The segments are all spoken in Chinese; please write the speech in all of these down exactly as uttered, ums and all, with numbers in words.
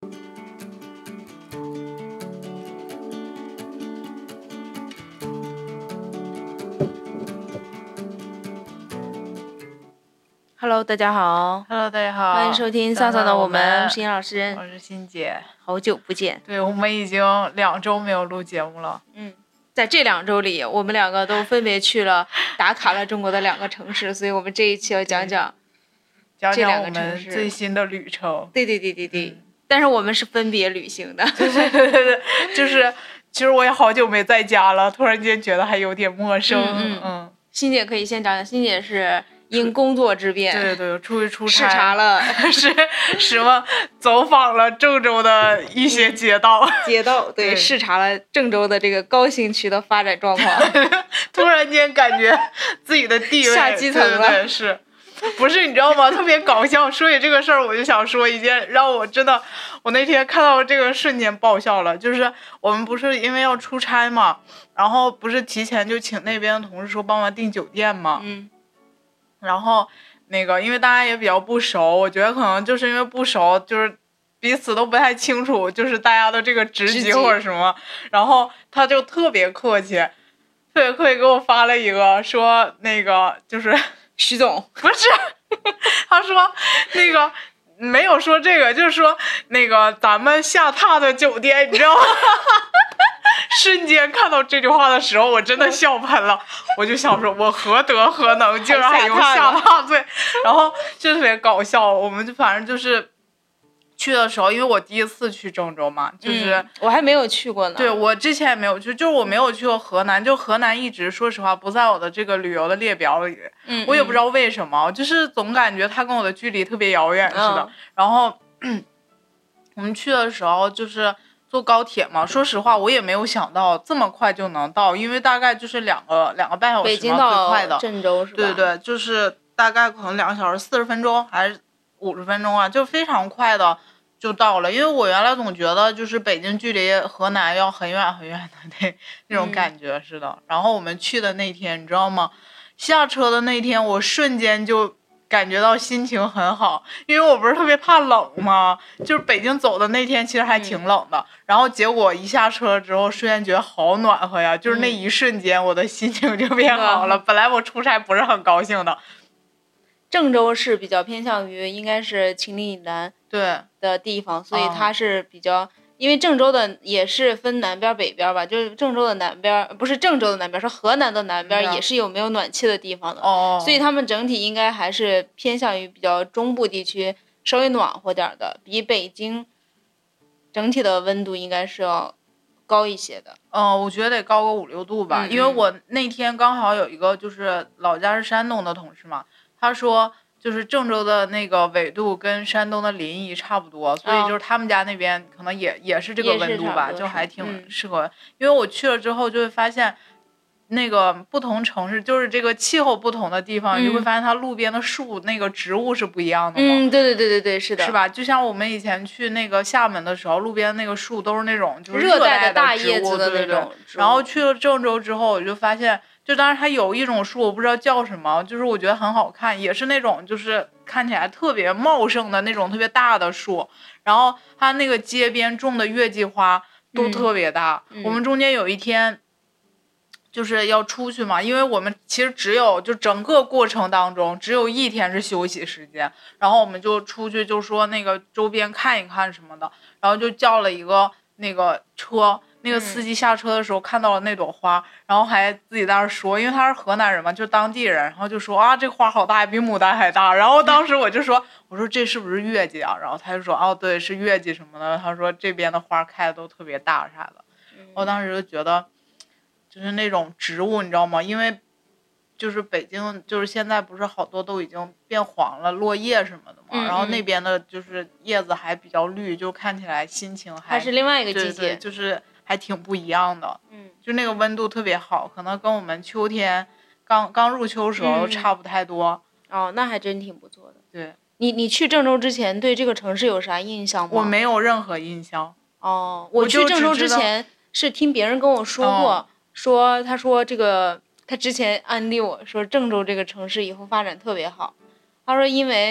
Hello， 大家好。 Hello， 大家好， 欢迎收听丧丧的我们，我是殷老师， 我是欣姐， 好久不见。 对，我们已经两周没有录节目了。 嗯，在这两周里，我们两个都分别去了打卡了中国的两个城市，所以我们这一期要讲讲讲这两讲我们个城市最新的旅程。 对对对对对、 嗯， 但是我们是分别旅行的。 对对对对对，就是其实我也好久没在家了，突然间觉得还有点陌生。 嗯嗯嗯， 欣姐可以先讲讲，欣姐是因工作之便， 对对对，出去出视差察了是什么？走访了郑州的一些街道， 街道，对， 对视察了郑州的这个高新区的发展状况。 突然间感觉自己的地位下基层了， 对对对是。不是你知道吗？特别搞笑。说起这个事儿，我就想说一件让我真的，我那天看到这个瞬间爆笑了。就是我们不是因为要出差嘛，然后不是提前就请那边的同事说帮忙订酒店嘛， 嗯， 然后那个因为大家也比较不熟，我觉得可能就是因为不熟，就是彼此都不太清楚，就是大家的这个职级或者什么，然后他就特别客气，特别客气给我发了一个说那个就是。 徐总不是，他说那个没有说这个，就是说那个咱们下榻的酒店，你知道吗？瞬间看到这句话的时候，我真的笑喷了。我就想说，我何德何能，竟然还用下榻罪？然后就特别搞笑。我们就反正就是去的时候，因为我第一次去郑州嘛，就是、 嗯、我还没有去过呢。 对，我之前也没有去，就是我没有去过河南，就河南一直说实话不在我的这个旅游的列表里。 嗯， 我也不知道为什么，就是总感觉它跟我的距离特别遥远似的。 嗯、 然后我们去的时候就是坐高铁嘛，说实话我也没有想到这么快就能到，因为大概就是两个两个半小时嘛， 北京到最快的郑州是吧？ 对对，就是大概可能两个小时四十分钟还是五十分钟啊，就非常快的就到了。因为我原来总觉得就是北京距离河南要很远很远的那那种感觉似的、嗯。然后我们去的那天，你知道吗？下车的那天，我瞬间就感觉到心情很好，因为我不是特别怕冷吗？就是北京走的那天其实还挺冷的、嗯、然后结果一下车之后瞬间觉得好暖和呀，就是那一瞬间我的心情就变好了、嗯、本来我出差不是很高兴的。 郑州是比较偏向于应该是秦岭以南对的地方，所以它是比较、嗯、因为郑州的也是分南边北边吧，就是郑州的南边不是郑州的南边，是河南的南边也是有没有暖气的地方的、 嗯、 所以他们整体应该还是偏向于比较中部地区稍微暖和点的，比北京整体的温度应该是要高一些的。 嗯，我觉得得高个五六度吧、嗯、因为我那天刚好有一个就是老家是山东的同事嘛，他说就是郑州的那个纬度跟山东的临沂差不多，所以就是他们家那边可能也也是这个温度吧，就还挺适合、嗯、因为我去了之后就会发现那个不同城市就是这个气候不同的地方、嗯、你就会发现它路边的树那个植物是不一样的嘛。 嗯，对对对对对，是的， 是吧？就像我们以前去那个厦门的时候，路边那个树都是那种就是热带的大叶子的那种， 对对对。然后去了郑州之后，我就发现，就当时它有一种树，我不知道叫什么，就是我觉得很好看，也是那种就是看起来特别茂盛的那种特别大的树，然后它那个街边种的月季花都特别大。 嗯、 我们中间有一天就是要出去嘛，因为我们其实只有就整个过程当中只有一天是休息时间，然后我们就出去就说那个周边看一看什么的，然后就叫了一个那个车，那个司机下车的时候看到了那朵花、嗯、然后还自己在那说，因为他是河南人嘛，就当地人，然后就说啊这花好大，比牡丹还大。然后当时我就说我说这是不是月季啊？然后他就说哦对是月季什么的，他说这边的花开的都特别大啥的。我当时就觉得就是那种植物你知道吗？因为就是北京就是现在不是好多都已经变黄了落叶什么的嘛、嗯嗯、然后那边的就是叶子还比较绿，就看起来心情还还是另外一个季节， 对对，就是还挺不一样的。 嗯， 就那个温度特别好，可能跟我们秋天刚刚入秋时候差不太多、 嗯、哦那还真挺不错的。 对， 你你去郑州之前对这个城市有啥印象吗？ 我没有任何印象。 哦，我去郑州之前是听别人跟我说过、哦、说他说这个他之前安利我说郑州这个城市以后发展特别好，他说因为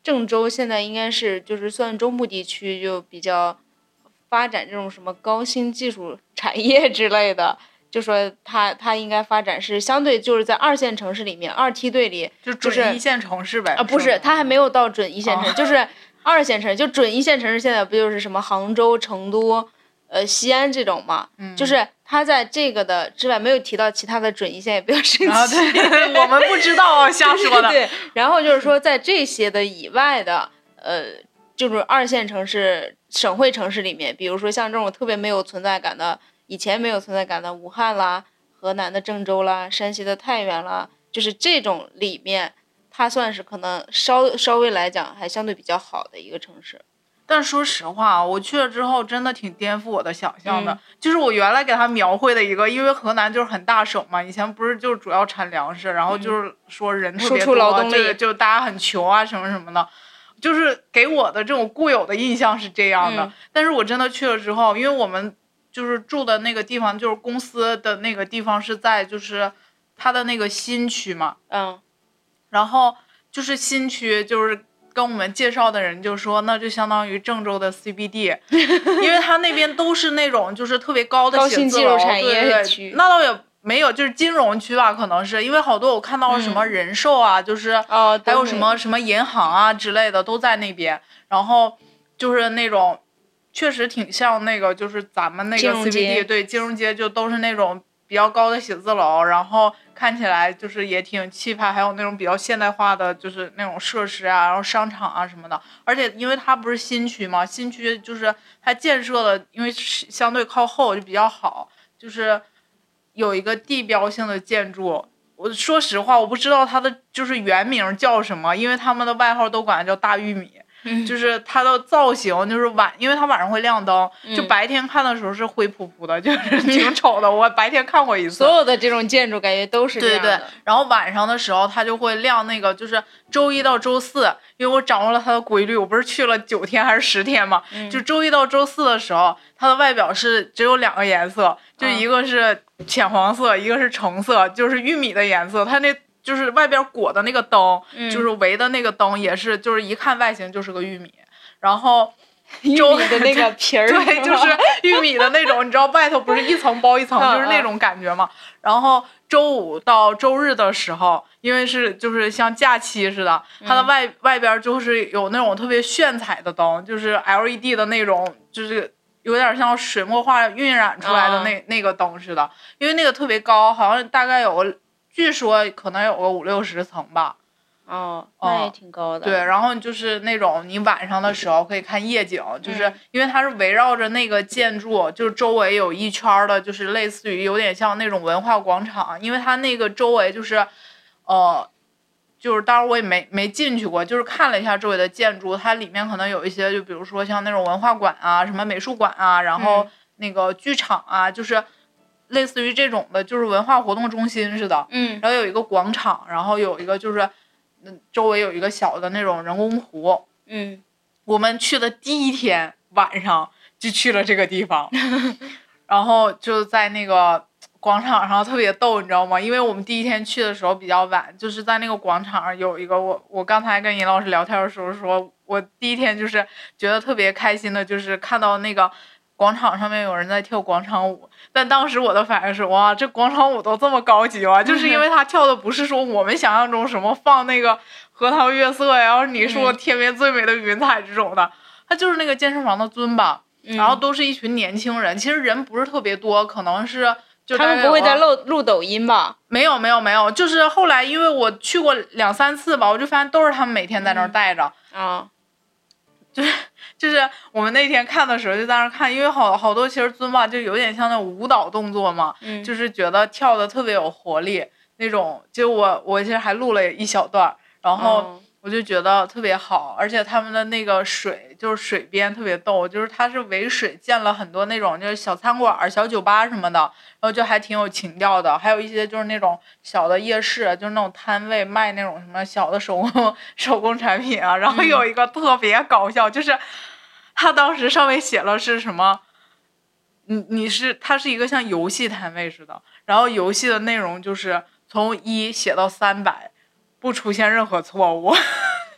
郑州现在应该是就是算中部地区就比较发展这种什么高新技术产业之类的，就说它它应该发展是相对就是在二线城市里面二梯队里就就是准一线城市呗。 啊，不是，它还没有到准一线城市， 哦、 就是二线城市，就准一线城市现在不就是什么杭州、成都、呃西安这种嘛？ 嗯， 就是它在这个的之外没有提到其他的准一线，也不要生气。 啊、对，我们不知道瞎说的。 对，然后就是说在这些的以外的，呃，就是二线城市、省会城市里面，比如说像这种特别没有存在感的，以前没有存在感的武汉啦、河南的郑州啦、山西的太原啦，就是这种里面。它算是可能稍稍微来讲还相对比较好的一个城市， 但说实话，我去了之后真的挺颠覆我的想象的。 嗯、 就是我原来给他描绘的一个，因为河南就是很大省嘛，以前不是就主要产粮食，然后就是说人特别多， 输出劳动力， 就就大家很穷啊什么什么的，就是给我的这种固有的印象是这样的。 嗯、 但是我真的去了之后，因为我们就是住的那个地方，就是公司的那个地方是在就是它的那个新区嘛， 嗯。 然后就是新区，就是跟我们介绍的人就说，那就相当于郑州的 C B D， 因为它那边都是那种就是特别高的写字楼， 产业区，那倒也没有，就是金融区吧，可能是因为好多我看到什么人寿啊， 嗯、 就是哦， 还有什么什么银行啊之类的都在那边，然后就是那种确实挺像那个就是咱们那个 C B D， 对，金融街就都是那种比较高的写字楼，然后看起来就是也挺气派，还有那种比较现代化的就是那种设施啊，然后商场啊什么的。而且因为它不是新区嘛，新区就是它建设的，因为相对靠后就比较好，就是有一个地标性的建筑。我说实话，我不知道它的就是原名叫什么，因为他们的外号都管它叫大玉米。就是它的造型，就是晚，因为它晚上会亮灯，就白天看的时候是灰扑扑的，就是挺丑的。我白天看过一次， 所有的这种建筑感觉都是这样的。 对对，然后晚上的时候它就会亮那个，就是周一到周四，因为我掌握了它的规律，我不是去了九天还是十天嘛， 嗯、 就周一到周四的时候，它的外表是只有两个颜色，就一个是浅黄色，嗯、一个是橙色，就是玉米的颜色，它那。就是外边裹的那个灯， 嗯、 就是围的那个灯，也是，就是一看外形就是个玉米，然后玉米的那个皮儿， 对，就是玉米的那种，你知道外头不是一层包一层，就是那种感觉嘛。然后周五到周日的时候，因为是就是像假期似的，它的外、嗯、外边就是有那种特别炫彩的灯，就是 L E D 的那种，就是有点像水墨画晕染出来的那、嗯、那个灯似的，因为那个特别高，好像大概有个。据说可能有个五六十层吧， 哦，那也挺高的。 对，然后就是那种你晚上的时候可以看夜景，就是因为它是围绕着那个建筑，就是周围有一圈的，就是类似于有点像那种文化广场，因为它那个周围就是，呃，就是当然我也没没进去过，就是看了一下周围的建筑，它里面可能有一些，就比如说像那种文化馆啊、什么美术馆啊，然后那个剧场啊，就是。类似于这种的，就是文化活动中心似的， 嗯， 然后有一个广场，然后有一个就是，嗯，周围有一个小的那种人工湖， 嗯， 我们去的第一天晚上就去了这个地方，然后就在那个广场上特别逗，你知道吗？因为我们第一天去的时候比较晚，就是在那个广场上有一个我我刚才跟尹老师聊天的时候说，我第一天就是觉得特别开心的，就是看到那个。广场上面有人在跳广场舞，但当时我的反应是哇，这广场舞都这么高级吗？就是因为他跳的不是说我们想象中什么放那个荷塘月色呀，你说天边最美的云彩这种的，他就是那个健身房的尊吧，然后都是一群年轻人，其实人不是特别多，可能是就他们不会在录录抖音吧？ 没有没有没有，就是后来因为我去过两三次吧，我就发现都是他们每天在那儿待着啊。嗯就是就是我们那天看的时候就在那看，因为好好多其实尊巴就有点像那舞蹈动作嘛， 嗯， 就是觉得跳的特别有活力那种。就我我其实还录了一小段，然后我就觉得特别好，而且他们的那个水就是水边特别逗，就是它是围水建了很多那种就是小餐馆、小酒吧什么的，然后就还挺有情调的。还有一些就是那种小的夜市，就是那种摊位卖那种什么小的手工手工产品啊。然后有一个特别搞笑，嗯、就是他当时上面写了是什么，你你是它是一个像游戏摊位似的，然后游戏的内容就是从一写到三百。不出现任何错误，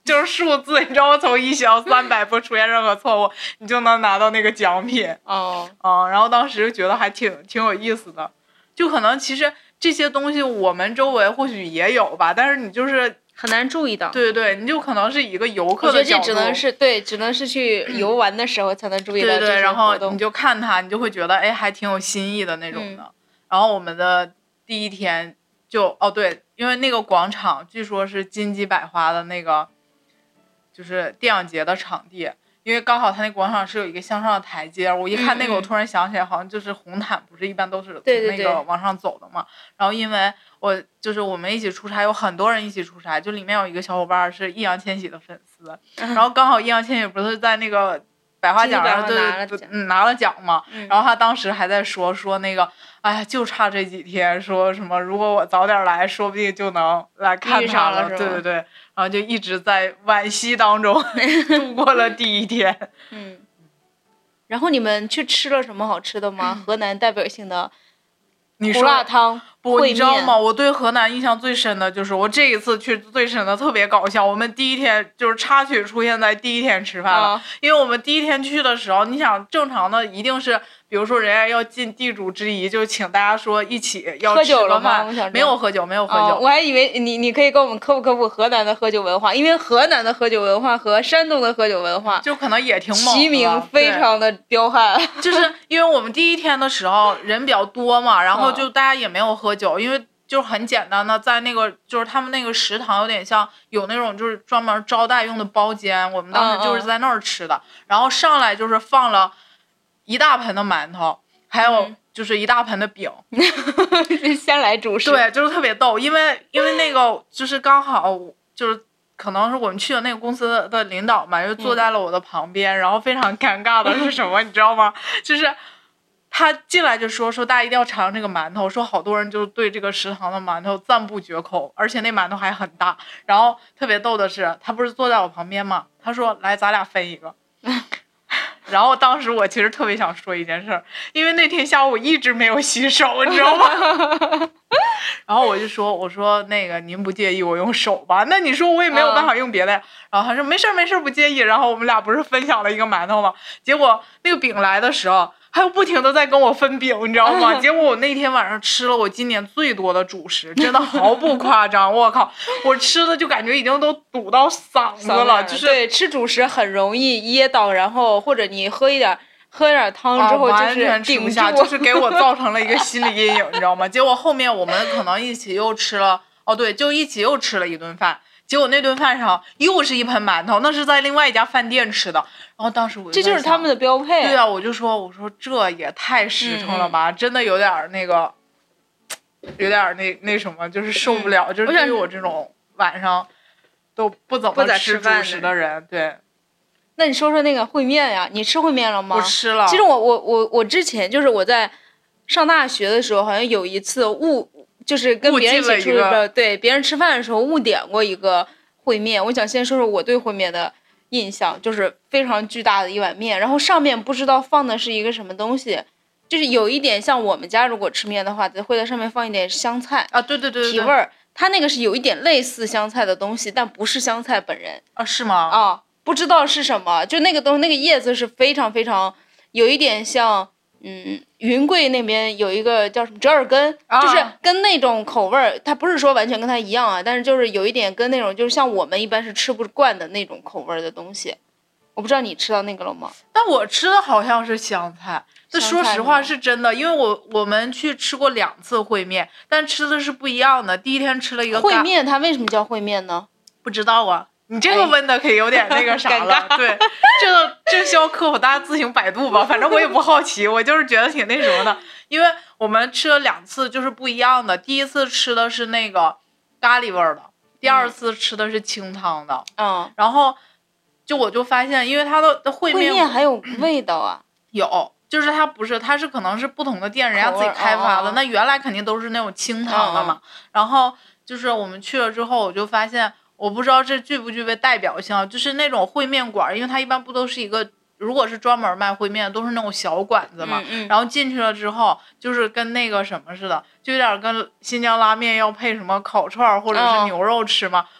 就是数字，你知道吗？从一到三百不出现任何错误，你就能拿到那个奖品。 哦， 嗯，然后当时觉得还挺挺有意思的，就可能其实这些东西我们周围或许也有吧，但是你就是很难注意到。 对对对，你就可能是一个游客我觉得的角度， 这只能是对，只能是去游玩的时候才能注意到对对， 这些然后活动。 你就看它，你就会觉得哎，还挺有新意的那种的。 嗯、 然后我们的第一天就哦对，因为那个广场据说是金鸡百花的那个，就是电影节的场地。因为刚好它那广场是有一个向上的台阶，我一看那个，我突然想起来，好像就是红毯，不是一般都是从那个往上走的嘛。然后因为我就是我们一起出差，有很多人一起出差，就里面有一个小伙伴是易烊千玺的粉丝，然后刚好易烊千玺不是在那个百花奖上对嗯拿了奖嘛，然后他当时还在说说那个，哎呀，就差这几天，说什么如果我早点来，说不定就能来看他了， 对对对。然后就一直在惋惜当中度过了第一天。 嗯，然后你们去吃了什么好吃的吗？河南代表性的胡辣汤、 不，你知道吗？我对河南印象最深的就是我这一次去最深的特别搞笑。我们第一天就是插曲出现在第一天吃饭了， 啊、 因为我们第一天去的时候，你想正常的一定是。比如说，人家要尽地主之谊，就请大家说一起要喝酒了吗？ 没有喝酒，没有喝酒。 哦、我还以为你你可以跟我们科普科普河南的喝酒文化，因为河南的喝酒文化和山东的喝酒文化就可能也挺猛的， 齐名，非常的彪悍。 就是因为我们第一天的时候人比较多嘛，然后就大家也没有喝酒，因为就很简单的在那个就是他们那个食堂有点像有那种就是专门招待用的包间，我们当时就是在那儿吃的， 嗯嗯然后上来就是放了。一大盆的馒头，还有就是一大盆的饼， 嗯、先来主食。 对，就是特别逗，因为因为那个就是刚好就是可能是我们去的那个公司的领导嘛，就坐在了我的旁边，嗯、然后非常尴尬的是什么，你知道吗？就是他进来就说说大家一定要尝这个馒头，说好多人就对这个食堂的馒头赞不绝口，而且那馒头还很大。然后特别逗的是，他不是坐在我旁边嘛，他说来咱俩分一个。然后当时我其实特别想说一件事，因为那天下午我一直没有洗手，你知道吗？然后我就说，我说那个您不介意我用手吧？那你说我也没有办法用别的呀。嗯、然后他说没事没事不介意。然后我们俩不是分享了一个馒头吗？结果那个饼来的时候，还有不停的在跟我分饼，你知道吗？结果我那天晚上吃了我今年最多的主食，真的毫不夸张。我靠，我吃的就感觉已经都堵到嗓子了，就是对吃主食很容易噎到，然后或者你喝一点喝一点汤之后就是顶不下，就是给我造成了一个心理阴影，你知道吗？结果后面我们可能一起又吃了，哦对，就一起又吃了一顿饭。结果那顿饭上又是一盆馒头，那是在另外一家饭店吃的。然后当时我就这就是他们的标配。 对啊，我就说我说这也太实诚了吧，嗯、真的有点那个，有点那那什么，就是受不了。嗯、就是对于我这种晚上都不怎么吃主食的人，对。 那你说说那个烩面呀？你吃烩面了吗？ 我吃了。 其实我我我我之前就是我在上大学的时候，好像有一次误。就是跟别人一起出去，对别人吃饭的时候误点过一个烩面。我想先说说我对烩面的印象，就是非常巨大的一碗面，然后上面不知道放的是一个什么东西，就是有一点像我们家如果吃面的话，会在上面放一点香菜啊，对对 对, 对， 提味儿。它那个是有一点类似香菜的东西，但不是香菜本人啊，是吗？ 啊，不知道是什么，就那个东西，那个叶子是非常非常有一点像。嗯，云贵那边有一个叫什么折耳根， 啊、 就是跟那种口味儿，它不是说完全跟它一样啊，但是就是有一点跟那种就是像我们一般是吃不惯的那种口味的东西。我不知道你吃到那个了吗？ 但我吃的好像是香菜，这说实话是真的，因为我我们去吃过两次烩面，但吃的是不一样的。第一天吃了一个烩面，它为什么叫烩面呢？ 不知道啊。你这个问的可以有点那个啥了， 哎、 对，这个这需要科普，大家自行百度吧。反正我也不好奇，我就是觉得挺那什么的。因为我们吃了两次就是不一样的，第一次吃的是那个咖喱味儿的，第二次吃的是清汤的。 嗯， 然后就我就发现，因为它的烩面烩面还有味道啊， 有，就是它不是，它是可能是不同的店人家自己开发的， 哦、 那原来肯定都是那种清汤的嘛。嗯、然后就是我们去了之后，我就发现。我不知道这具不具备代表性，就是那种烩面馆，因为它一般不都是一个，如果是专门卖烩面，都是那种小馆子嘛。 嗯嗯、 然后进去了之后，就是跟那个什么似的，就有点跟新疆拉面要配什么烤串或者是牛肉吃嘛。哦、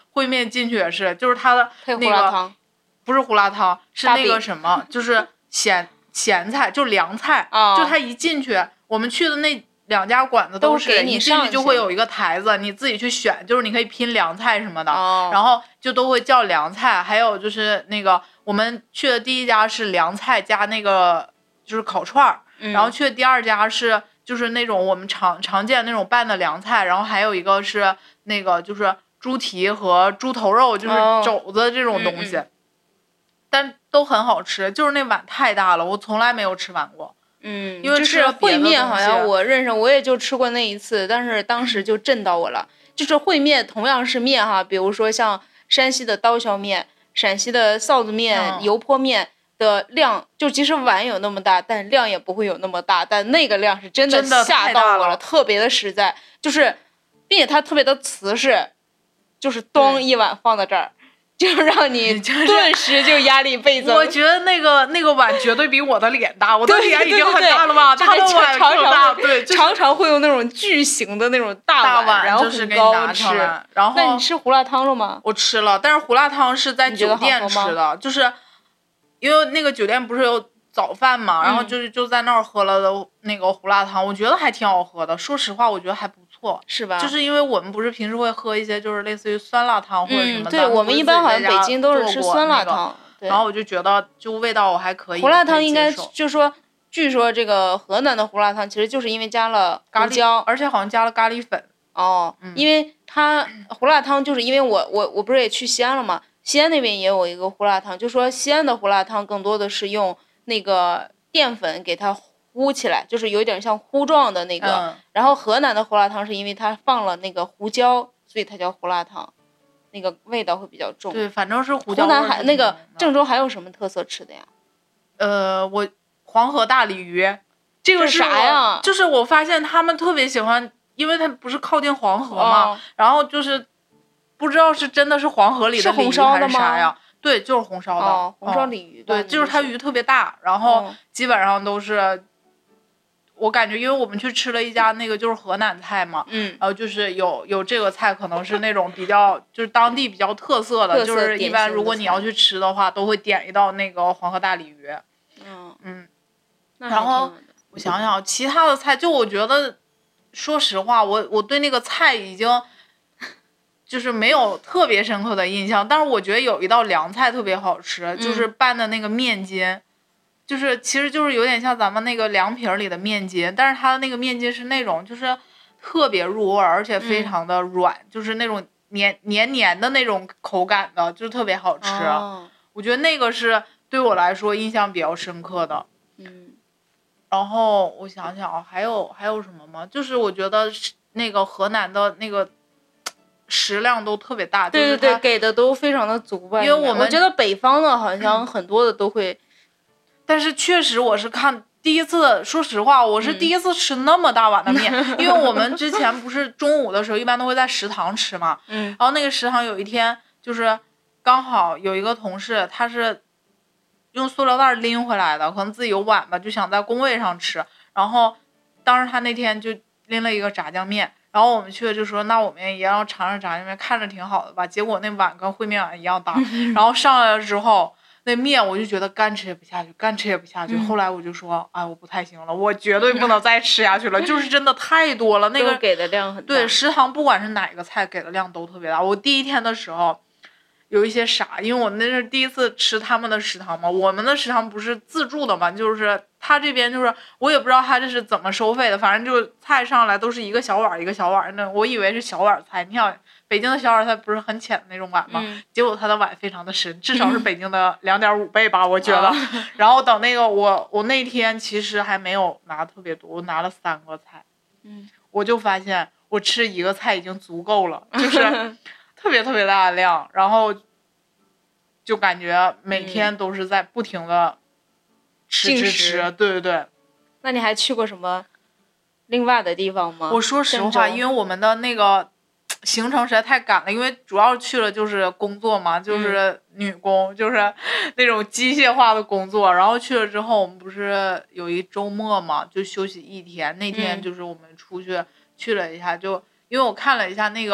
烩面进去也是，就是它的配那个胡辣汤， 不是胡辣汤，是那个大饼什么，就是咸咸菜，就凉菜， 啊就它一进去，我们去的那两家馆子是都给你一进上去去就会有一个台子，你自己去选，就是你可以拼凉菜什么的， 哦， 然后就都会叫凉菜，还有就是那个我们去的第一家是凉菜加那个就是烤串儿， 嗯然后去的第二家是就是那种我们常常见那种拌的凉菜，然后还有一个是那个就是猪蹄和猪头肉，就是哦肘子这种东西， 嗯但都很好吃，就是那碗太大了，我从来没有吃完过。 嗯， 因为就是吃了别的烩面， 东西好像我认识，我也就吃过那一次，但是当时就震到我了。就是烩面同样是面哈，比如说像山西的刀削面、陕西的臊子面、 嗯油泼面的量，就即使碗有那么大，但量也不会有那么大，但那个量是真的真的吓太大了到我了，特别的实在，就是，并且它特别的瓷实，就是咚对一碗放在这儿。就让你就是顿时就压力倍增。 我觉得那个那个碗绝对比我的脸大，我的对脸已经很对对对大了吧？ 就是他的碗常更大， 常对，就是常常会有那种巨型的那种大大碗，然后就是给你很高吃拿上。来。然那后你吃胡辣汤了吗？ 我吃了，但是胡辣汤是在你觉得好酒店喝吗吃的，就是因为那个酒店不是有早饭嘛，然后嗯就是就在那儿喝了的那个胡辣汤，我觉得还挺好喝的。说实话，我觉得还不错。 是吧？ 就是因为我们不是平时会喝一些就是类似于酸辣汤或者什嗯， 么的， 对我们一般好像北京都是吃酸辣汤。 汤，对。 然后我就觉得就味道我还可以。 胡辣可以汤应该接受就是说，据说这个河南的胡辣汤其实就是因为加了咖喱胡椒， 而且好像加了咖喱粉。 哦， 嗯因为它胡辣汤就是因为我我我不是也去西安了嘛，西安那边也有一个胡辣汤，就说西安的胡辣汤更多的是用那个淀粉给它糊起来，就是有点像糊状的那个， 嗯， 然后河南的胡辣汤是因为它放了那个胡椒，所以它叫胡辣汤，那个味道会比较重。 对，反正是胡椒湖南味儿是还那个挺浓的郑州还有什么特色吃的呀？ 呃，我黄河大鲤鱼，这个这是啥我呀就是我发现他们特别喜欢，因为它不是靠近黄河嘛， 哦然后就是不知道是真的是黄河里是的鲤鱼红烧的还是啥吗呀？对，就是红烧的， 哦，红烧嗯鲤鱼吧。 对， 那是就是它鱼特别大，然后嗯基本上都是，我感觉因为我们去吃了一家那个就是河南菜嘛， 嗯， 然后就是有有这个菜，可能是那种比较就是当地比较特色的， 特色就是一般典型的菜如果你要去吃的话，都会点一道那个黄河大鲤鱼。 嗯， 嗯， 那然后还挺好的我想想，其他的菜，就我觉得，说实话，我我对那个菜已经就是没有特别深刻的印象，但是我觉得有一道凉菜特别好吃，就是嗯拌的那个面筋。就是其实就是有点像咱们那个凉皮儿里的面筋，但是它的那个面筋是那种就是特别入味儿，而且非嗯常的软，就是那种黏黏黏的那种口感的，就是特别好吃。 哦我觉得那个是对我来说印象比较深刻的。 嗯然后我想想啊，还有还有什么吗？就是我觉得是那个河南的那个食量都特别大， 对对对， 就是它给的都非常的足吧。 因为我们应该我觉得北方的好像很多的都会， 但是确实我是看第一次，说实话，我是嗯第一次吃那么大碗的面，因为我们之前不是中午的时候一般都会在食堂吃嘛， 嗯然后那个食堂有一天就是刚好有一个同事，他是用塑料袋拎回来的，可能自己有碗吧，就想在工位上吃，然后当时他那天就拎了一个炸酱面。然后我们去了就说，那我们也要尝尝炸酱面，看着挺好的吧。结果那碗跟烩面碗一样大，然后上来了之后，那面我就觉得干吃也不下去，干吃也不下去。 嗯后来我就说，哎，我不太行了，我绝对不能再吃下去了，就是真的太多了。那个都给的量很大。 对，食堂不管是哪个菜给的量都特别大。我第一天的时候有一些傻，因为我那是第一次吃他们的食堂嘛，我们的食堂不是自助的嘛，就是他这边就是我也不知道他这是怎么收费的，反正就菜上来都是一个小碗一个小碗的，我以为是小碗菜。你想北京的小碗菜不是很浅的那种碗吗？ 嗯结果他的碗非常的深，至少是北京的两点五倍吧，我觉得。 啊然后等那个我我那天其实还没有拿特别多，我拿了三个菜， 嗯我就发现我吃一个菜已经足够了，就是特别特别大的量，然后就感觉每天都是在不停的吃吃进食吃，对对对。 那你还去过什么另外的地方吗？ 我说实郑话， 州因为我们的那个行程实在太赶了，因为主要去了就是工作嘛， 嗯就是女工，就是那种机械化的工作。然后去了之后，我们不是有一周末嘛，就休息一天。那天嗯就是我们出去去了一下，就因为我看了一下那个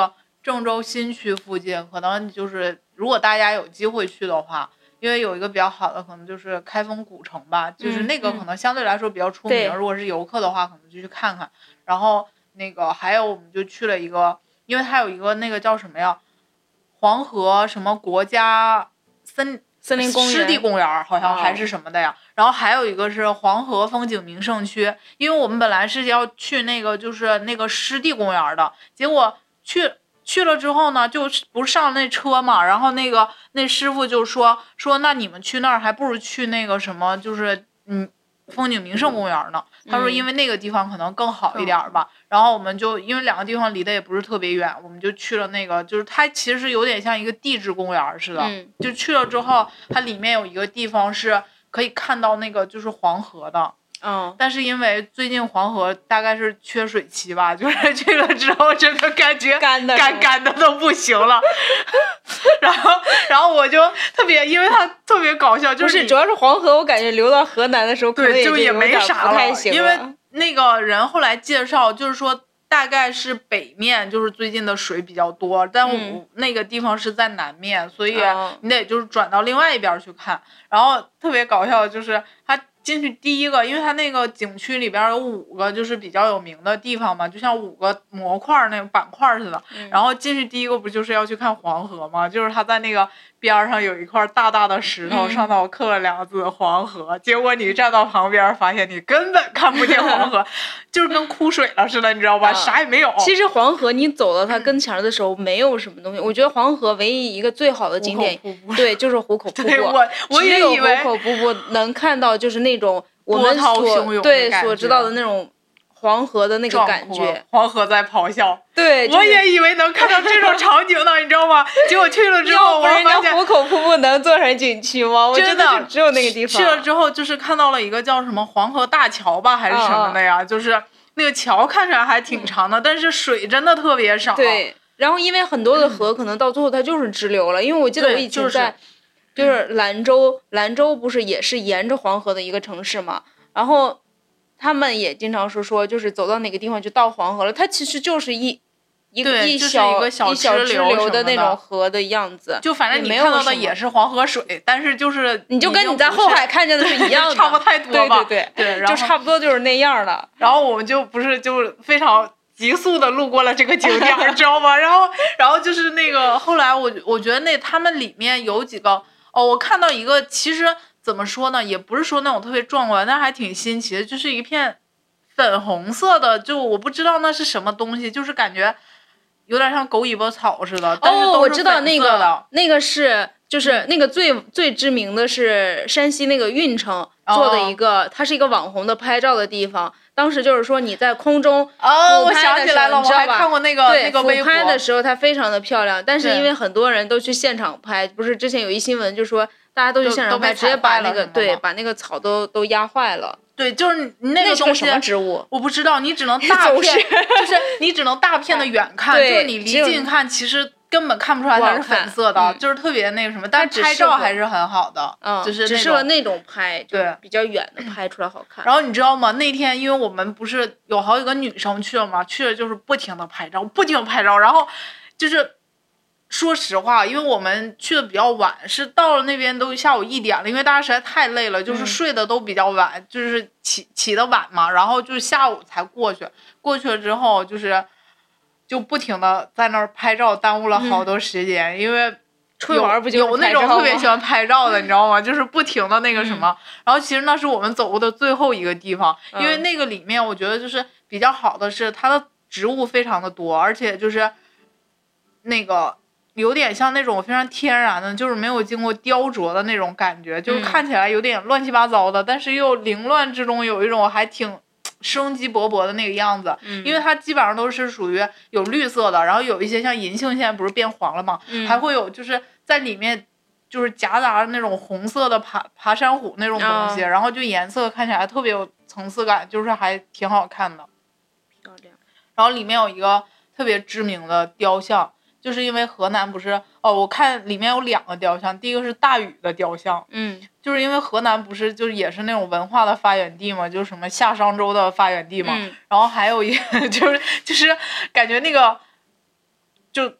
郑州新区附近，可能就是如果大家有机会去的话，因为有一个比较好的，可能就是开封古城吧，就是那个可能相对来说比较出名， 嗯、 如果是游客的话，可能就去看看。然后那个还有我们就去了一个，因为它有一个那个叫什么呀，黄河什么国家森森林公园、 湿地公园好像还是什么的呀。哦、然后还有一个是黄河风景名胜区，因为我们本来是要去那个就是那个湿地公园的，结果去。去了之后呢，就不是上了那车嘛，然后那个那师傅就说说那你们去那儿还不如去那个什么，就是嗯风景名胜公园呢。他说因为那个地方可能更好一点吧。嗯、然后我们就因为两个地方离得也不是特别远，我们就去了那个，就是它其实有点像一个地质公园似的。 嗯、 就去了之后，它里面有一个地方是可以看到那个就是黄河的。 嗯， 但是因为最近黄河大概是缺水期吧，就是去了之后真的感觉干的干干的都不行了。然后，然后我就特别，因为它特别搞笑，就是不是主要是黄河，我感觉流到河南的时候， 对，就也没啥了， 因为那个人后来介绍，就是说大概是北面就是最近的水比较多，但我、 嗯、 那个地方是在南面，所以你得就是转到另外一边去看。然后特别搞笑的就是它。进去第一个，因为它那个景区里边有五个就是比较有名的地方嘛，就像五个模块那个板块似的。 嗯、 然后进去第一个不就是要去看黄河吗？就是它在那个边上有一块大大的石头， 嗯、 上头刻了两个字黄河。结果你站到旁边，发现你根本看不见黄河，就是跟枯水了似的，你知道吧？啊、啥也没有。 其实黄河你走到它跟前的时候，没有什么东西。我觉得黄河唯一一个最好的景点，对，就是虎口瀑布。 对，我我也以为虎口瀑布能看到就是那种。我们所对所知道的那种黄河的那个感觉， 黄河在咆哮。 对， 我也以为能看到这种场景呢，你知道吗？结果去了之后，我发现虎口瀑布能做成景区吗？我真的只有那个地方。 去了之后，就是看到了一个叫什么黄河大桥吧，还是什么的呀？ 哦、 就是那个桥看起来还挺长的，嗯、但是水真的特别少。 对，然后因为很多的河可能到最后它就是支流了，嗯、因为我记得我以前在。 就是就是兰州，兰州不是也是沿着黄河的一个城市嘛？然后他们也经常是说，就是走到哪个地方就到黄河了，它其实就是一一个一小、 就是、一小支流的那种河的样子。 就反正你看到的也是黄河水，但是就是你就跟你在后海看见的是一样的， 差不太多吧？对对对， 对，就差不多就是那样的。 然后我们就不是就非常。急速的路过了这个景点，知道吗？然后，然后就是那个后来我我觉得那他们里面有几个哦，我看到一个，其实怎么说呢，也不是说那种特别壮观，但还挺新奇的，就是一片粉红色的，就我不知道那是什么东西，就是感觉有点像狗尾巴草似的。但是都是粉色的。 哦，我知道那个那个是就是那个最最知名的是山西那个运城做的一个， 哦、 它是一个网红的拍照的地方。当时就是说你在空中哦，我想起来了，我还看过那个对那个微博。 俯拍的时候它非常的漂亮，但是因为很多人都去现场拍，不是之前有一新闻就说大家都去现场拍，直接把那个对把那个草都都压坏了。 对，就是那个东西什么植物我不知道，你只能大片，就是你只能大片的远看，就是你离近看其实。根本看不出来它是粉色的， 嗯、 就是特别那个什么，但是拍照还是很好的， 嗯， 就是只适合那种拍， 对， 比较远的拍出来好看。 然后你知道吗？那天因为我们不是有好几个女生去了嘛，去了就是不停的拍照，不停的拍照，然后就是说实话，因为我们去的比较晚，是到了那边都下午一点了，因为大家实在太累了，就是睡的都比较晚，嗯、就是起起的晚嘛，然后就是下午才过去，过去了之后就是。就不停的在那儿拍照，耽误了好多时间，嗯、因为春玩不就有那种特别喜欢拍照的，你知道吗？就是不停的那个什么，嗯、然后其实那是我们走过的最后一个地方， 嗯、 因为那个里面我觉得就是比较好的是它的植物非常的多，而且就是那个有点像那种非常天然的，就是没有经过雕琢的那种感觉，就是看起来有点乱七八糟的，嗯、但是又凌乱之中有一种还挺。生机勃勃的那个样子， 嗯、 因为它基本上都是属于有绿色的，然后有一些像银杏现在不是变黄了嘛， 嗯、 还会有就是在里面就是夹杂着那种红色的爬爬山虎那种东西， 哦、 然后就颜色看起来特别有层次感，就是还挺好看的， 漂亮。 然后里面有一个特别知名的雕像。就是因为河南不是哦，我看里面有两个雕像，第一个是大禹的雕像， 嗯， 就是因为河南不是就是也是那种文化的发源地嘛，就是什么夏商周的发源地嘛， 嗯、 然后还有一个就是就是感觉那个就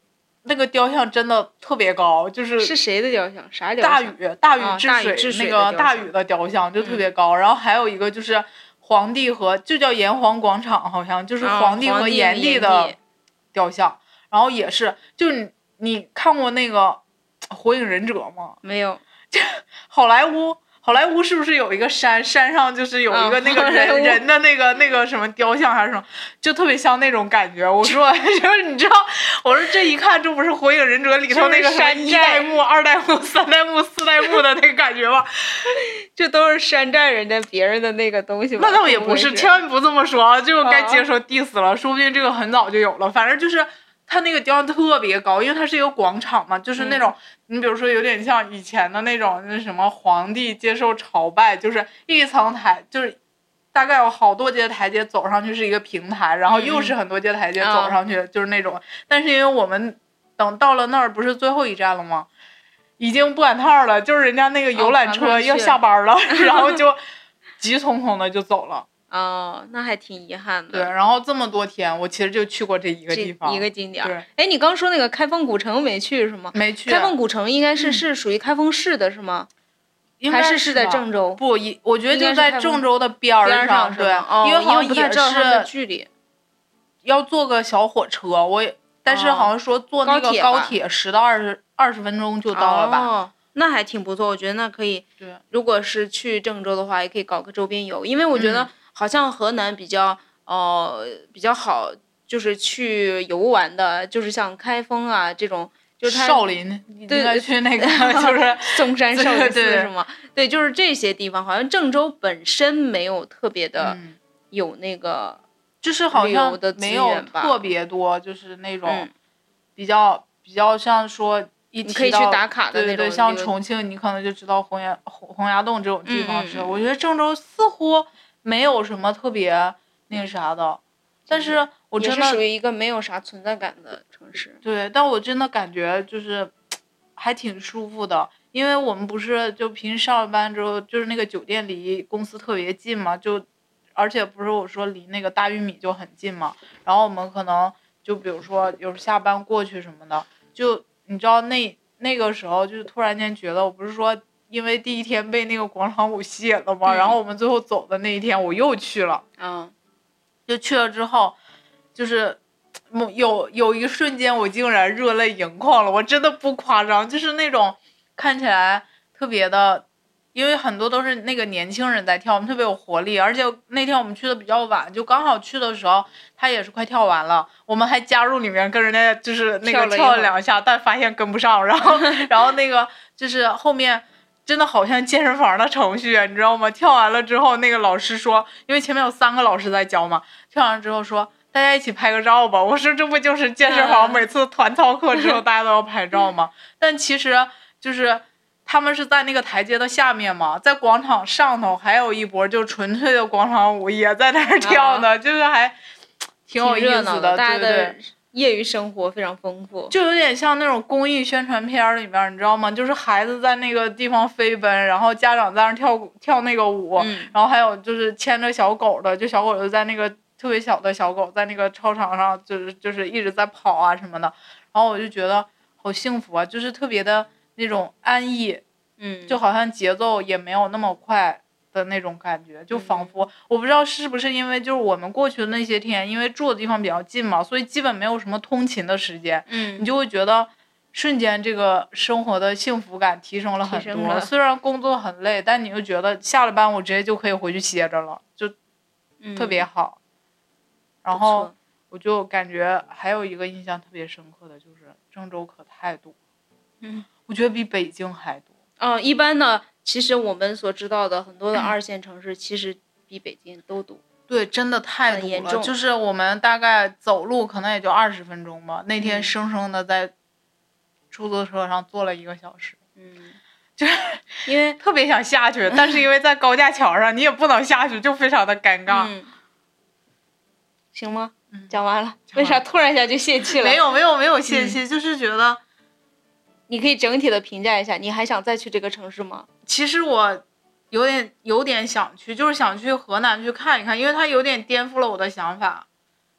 那个雕像真的特别高，就是是谁的雕像？啥雕像？ 大禹大禹治啊、 水、 治水那个大禹的雕像就特别高、嗯，然后还有一个就是皇帝和就叫炎黄广场，好像就是皇帝和炎帝的雕像，哦、然后也是就是你你看过那个火影忍者吗？ 没有， 就好莱坞。好莱坞是不是有一个山，山上就是有一个那个人、哦、人的那个那个什么雕像还是什么，就特别像那种感觉。我说就是你知道，我说这一看这不是火影忍者里头那个山一代目、二代目、三代目、四代目的那个感觉吗？ 这都是山寨人家别人的那个东西吧？ 那倒也不是，千万不这么说，就该接受 diss 了、啊。说不定这个很早就有了，反正就是。它那个雕像特别高，因为它是一个广场嘛，就是那种、嗯、你比如说有点像以前的那种那什么皇帝接受朝拜，就是一层台，就是大概有好多阶台阶走上去是一个平台，然后又是很多阶台阶走上去、嗯、就是那种。但是因为我们等到了那儿不是最后一站了吗？已经不赶趟了，就是人家那个游览车要下班了，哦、然后就急匆匆的就走了。 哦，那还挺遗憾的。 对，然后这么多天，我其实就去过这一个地方， 一个景点。 对， 哎，你刚说那个开封古城没去是吗？ 没去。 开封古城应该是、嗯、是属于开封市的是吗？ 应该是是在郑州？ 不，一我觉得就在郑州的边儿上， 对， 哦、 因为好像也是距离， 要坐个小火车，我也，但是好像说坐那个高铁十到二十二十分钟就到了吧。 哦，那还挺不错，我觉得那可以。 对， 如果是去郑州的话，也可以搞个周边游，因为我觉得。嗯好像河南比较呃比较好，就是去游玩的，就是像开封啊这种，就是它少林， 对对，去那个就是嵩山少林寺是吗？对，就是这些地方，好像郑州本身没有特别的有那个， 就是好像没有特别多，就是那种嗯比较比较像说。一你可以去打卡的那种， 对对，像重庆，你可能就知道洪崖洪洪崖洞这种地方是。嗯、我觉得郑州似乎没有什么特别那个啥的，但是我真的也是属于一个没有啥存在感的城市。 对，但我真的感觉就是还挺舒服的，因为我们不是就平时上了班之后，就是那个酒店离公司特别近嘛，就而且不是我说离那个大玉米就很近嘛，然后我们可能就比如说有时下班过去什么的，就。你知道那那个时候就是突然间觉得，我不是说因为第一天被那个广场舞吸引了吗、嗯、然后我们最后走的那一天我又去了， 嗯， 就去了之后就是有有一瞬间我竟然热泪盈眶了，我真的不夸张，就是那种看起来特别的，因为很多都是那个年轻人在跳，我们特别有活力，而且那天我们去的比较晚，就刚好去的时候他也是快跳完了，我们还加入里面跟人家就是那个跳了两下，但发现跟不上，然后然后那个就是后面真的好像健身房的程序，你知道吗？跳完了之后那个老师说，因为前面有三个老师在教嘛，跳完之后说大家一起拍个照吧，我说这不就是健身房每次团操课之后大家都要拍照吗？但其实就是他们是在那个台阶的下面嘛，在广场上头还有一波就纯粹的广场舞也在那儿跳呢、啊、就是还挺有意思的， 的大家的对对业余生活非常丰富， 就有点像那种公益宣传片里面，你知道吗？就是孩子在那个地方飞奔，然后家长在那跳跳那个舞、 嗯、 然后还有就是牵着小狗的，就小狗就在那个特别小的小狗在那个操场上就是就是一直在跑啊什么的，然后我就觉得好幸福啊，就是特别的那种安逸， 嗯， 就好像节奏也没有那么快的那种感觉，就仿佛、嗯、我不知道是不是因为就是我们过去的那些天，因为住的地方比较近嘛，所以基本没有什么通勤的时间， 嗯， 你就会觉得瞬间这个生活的幸福感提升了很多。虽然工作很累，但你就觉得下了班我直接就可以回去歇着了，就特别好。 嗯、 然后我就感觉还有一个印象特别深刻的就是郑州可太多， 嗯， 我觉得比北京还多。 嗯，一般的，其实我们所知道的很多的二线城市，其实比北京都多。 对，真的太多了。就是我们大概走路可能也就二十分钟吧。那天生生的在出租车上坐了一个小时。 嗯， 就是因为特别想下去，但是因为在高架桥上，你也不能下去，就非常的尴尬。 嗯、行吗？ 嗯， 讲完了。为啥突然一下就泄气了？ 没有，没有，没有泄气，嗯、就是觉得。 你可以整体的评价一下，你还想再去这个城市吗？ 其实我有点有点想去，就是想去河南去看一看，因为它有点颠覆了我的想法。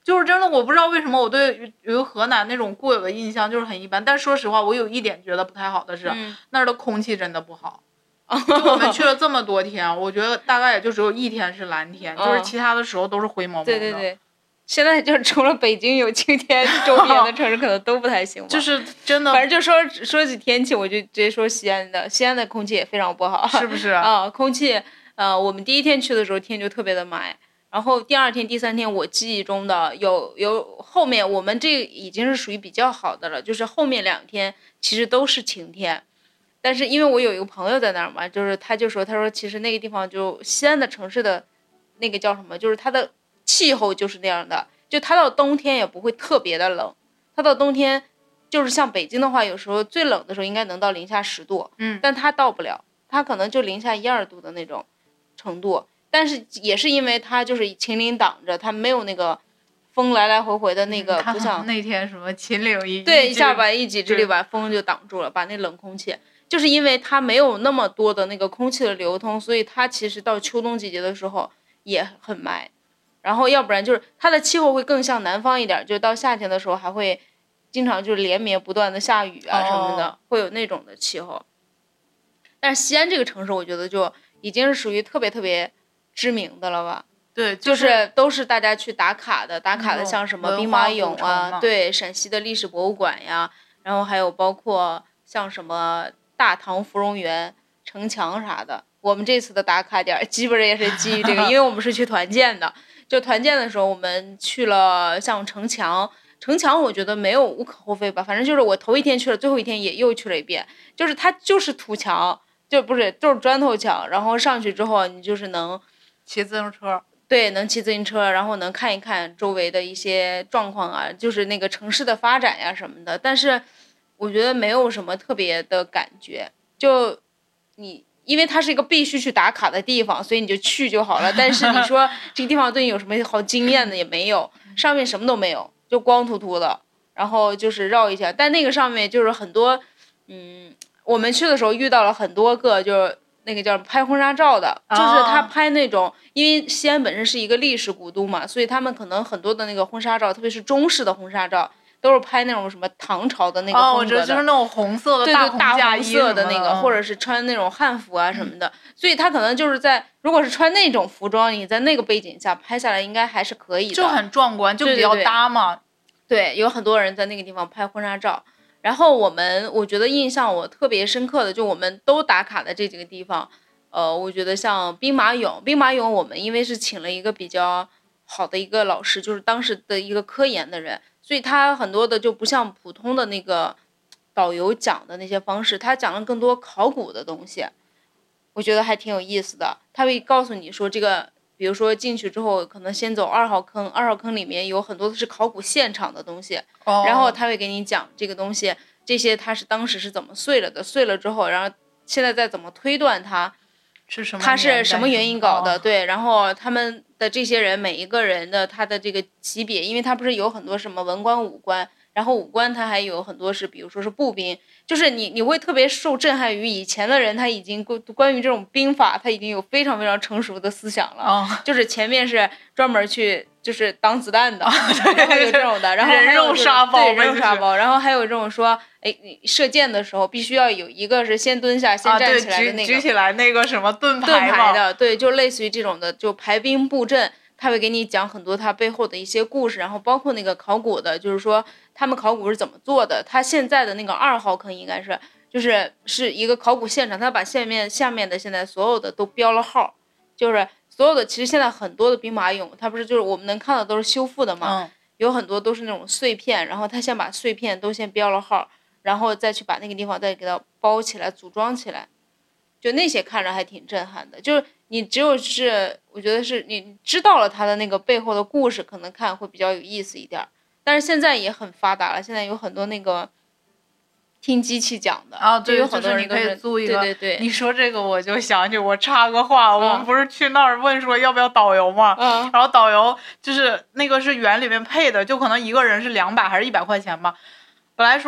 就是真的我不知道为什么我对于河南那种固有的印象就是很一般，但说实话我有一点觉得不太好的是、 嗯、 那儿的空气真的不好。就我们去了这么多天，我觉得大概也就只有一天是蓝天、嗯、就是其他的时候都是灰蒙蒙的。 对对对，现在就除了北京有晴天，周边的城市可能都不太行吧。 就是真的， 反正就说说起天气，我就直接说西安的，西安的空气也非常不好， 是不是啊、呃？空气，呃，我们第一天去的时候天就特别的霾，然后第二天、第三天我记忆中的有有后面我们这已经是属于比较好的了，就是后面两天其实都是晴天。但是因为我有一个朋友在那儿嘛，就是他就说，他说其实那个地方就西安的城市的那个叫什么，就是它的气候就是那样的，就它到冬天也不会特别的冷，它到冬天就是像北京的话，有时候最冷的时候应该能到零下十度， 嗯， 但它到不了，它可能就零下一二度的那种程度。但是也是因为它就是秦岭挡着，它没有那个风来来回回的那个， 嗯、 不像那天什么秦岭一对一下把一己之力把风就挡住了，把那冷空气。就是因为它没有那么多的那个空气的流通，所以它其实到秋冬季节的时候也很霾。然后要不然就是它的气候会更像南方一点，就到夏天的时候还会经常就是连绵不断的下雨啊什么的， 哦、 会有那种的气候。但是西安这个城市，我觉得就已经是属于特别特别知名的了吧？ 对， 就是、就是、都是大家去打卡的，打卡的像什么兵马俑啊，对，陕西的历史博物馆呀，然后还有包括像什么大唐芙蓉园、城墙啥的。我们这次的打卡点基本上也是基于这个，因为我们是去团建的。就团建的时候，我们去了像城墙，城墙我觉得没有无可厚非吧，反正就是我头一天去了，最后一天也又去了一遍，就是它就是土墙，就不是就是砖头墙，然后上去之后你就是能骑自行车， 对，能骑自行车，然后能看一看周围的一些状况啊，就是那个城市的发展呀什么的，但是我觉得没有什么特别的感觉，就你。因为它是一个必须去打卡的地方，所以你就去就好了。但是你说这个地方对你有什么好惊艳的也没有，上面什么都没有，就光秃秃的。然后就是绕一下，但那个上面就是很多，嗯，我们去的时候遇到了很多个，就是那个叫拍婚纱照的，就是他拍那种，因为西安本身是一个历史古都嘛，所以他们可能很多的那个婚纱照，特别是中式的婚纱照。都是拍那种什么唐朝的那个风格的， 哦，我觉得就是那种红色的对大对大红色的那个， 嗯、 或者是穿那种汉服啊什么的，嗯、所以他可能就是在如果是穿那种服装，你在那个背景下拍下来，应该还是可以的， 就很壮观，就比较搭嘛。 对, 对, 对，有很多人在那个地方拍婚纱照。然后我们，我觉得印象我特别深刻的，就我们都打卡的这几个地方，呃，我觉得像兵马俑，兵马俑我们因为是请了一个比较好的一个老师，就是当时的一个科研的人。所以他很多的就不像普通的那个导游讲的那些方式，他讲了更多考古的东西，我觉得还挺有意思的。他会告诉你说这个，比如说进去之后可能先走二号坑，二号坑里面有很多的是考古现场的东西， 哦、 然后他会给你讲这个东西，这些它是当时是怎么碎了的，碎了之后，然后现在再怎么推断它是什么， 它是什么原因搞的， 哦、 对，然后他们的这些人每一个人的他的这个级别，因为他不是有很多什么文官武官，然后武官他还有很多是比如说是步兵，就是你你会特别受震撼于以前的人他已经关于这种兵法他已经有非常非常成熟的思想了， 哦、 就是前面是专门去就是挡子弹的，然后有这种的，然后人肉沙包， 对人肉沙包，然后还有这种说，哎，你射箭的时候必须要有一个是先蹲下先站起来的那个， 啊、举, 举起来那个什么盾牌盾牌的，对，就类似于这种的，就排兵布阵，他会给你讲很多他背后的一些故事，然后包括那个考古的，就是说他们考古是怎么做的，他现在的那个二号坑应该是就是是一个考古现场，他把下面下面的现在所有的都标了号，就是所有的其实现在很多的兵马俑，它不是就是我们能看到都是修复的嘛、 嗯， 有很多都是那种碎片，然后他先把碎片都先标了号，然后再去把那个地方再给它包起来组装起来，就那些看着还挺震撼的，就是你只有是我觉得是你知道了它的那个背后的故事，可能看会比较有意思一点。但是现在也很发达了，现在有很多那个听机器讲的啊，对， 有很多人就是你可以租一个。 对对对， 你说这个我就想起，我插个话， 嗯、 我们不是去那儿问说要不要导游嘛， 嗯， 然后导游就是那个是园里面配的，就可能一个人是两百还是一百块钱吧。本来说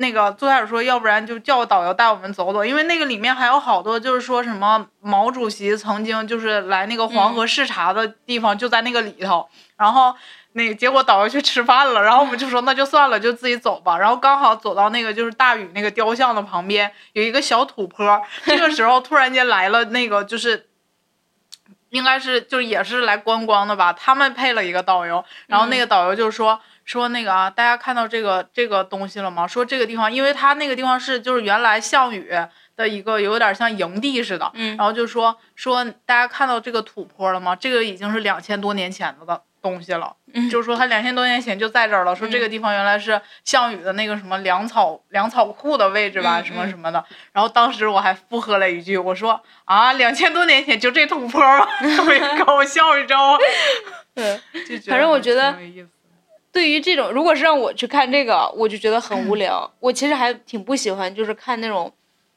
那个最开始说，要不然就叫导游带我们走走，因为那个里面还有好多就是说什么毛主席曾经就是来那个黄河视察的地方就在那个里头，嗯、然后那结果导游去吃饭了，然后我们就说那就算了，就自己走吧。然后刚好走到那个就是大禹那个雕像的旁边，有一个小土坡，这个时候突然间来了那个就是。应该是就是也是来观光的吧，他们配了一个导游，然后那个导游就说、嗯、说那个啊，大家看到这个这个东西了吗？说这个地方，因为他那个地方是就是原来项羽的一个有点像营地似的， 嗯， 然后就说说大家看到这个土坡了吗？这个已经是两千多年前的东西了， 嗯、 就是说他两千多年前就在这儿了，说这个地方原来是项羽的那个什么粮草粮草库的位置吧， 嗯、 什么什么的。然后当时我还附和了一句，我说啊，两千多年前就这土坡吗？特别搞笑，你知道吗？ 对，反正我觉得挺有意思。 对于这种，如果是让我去看这个，我就觉得很无聊。嗯、我其实还挺不喜欢，就是看那种，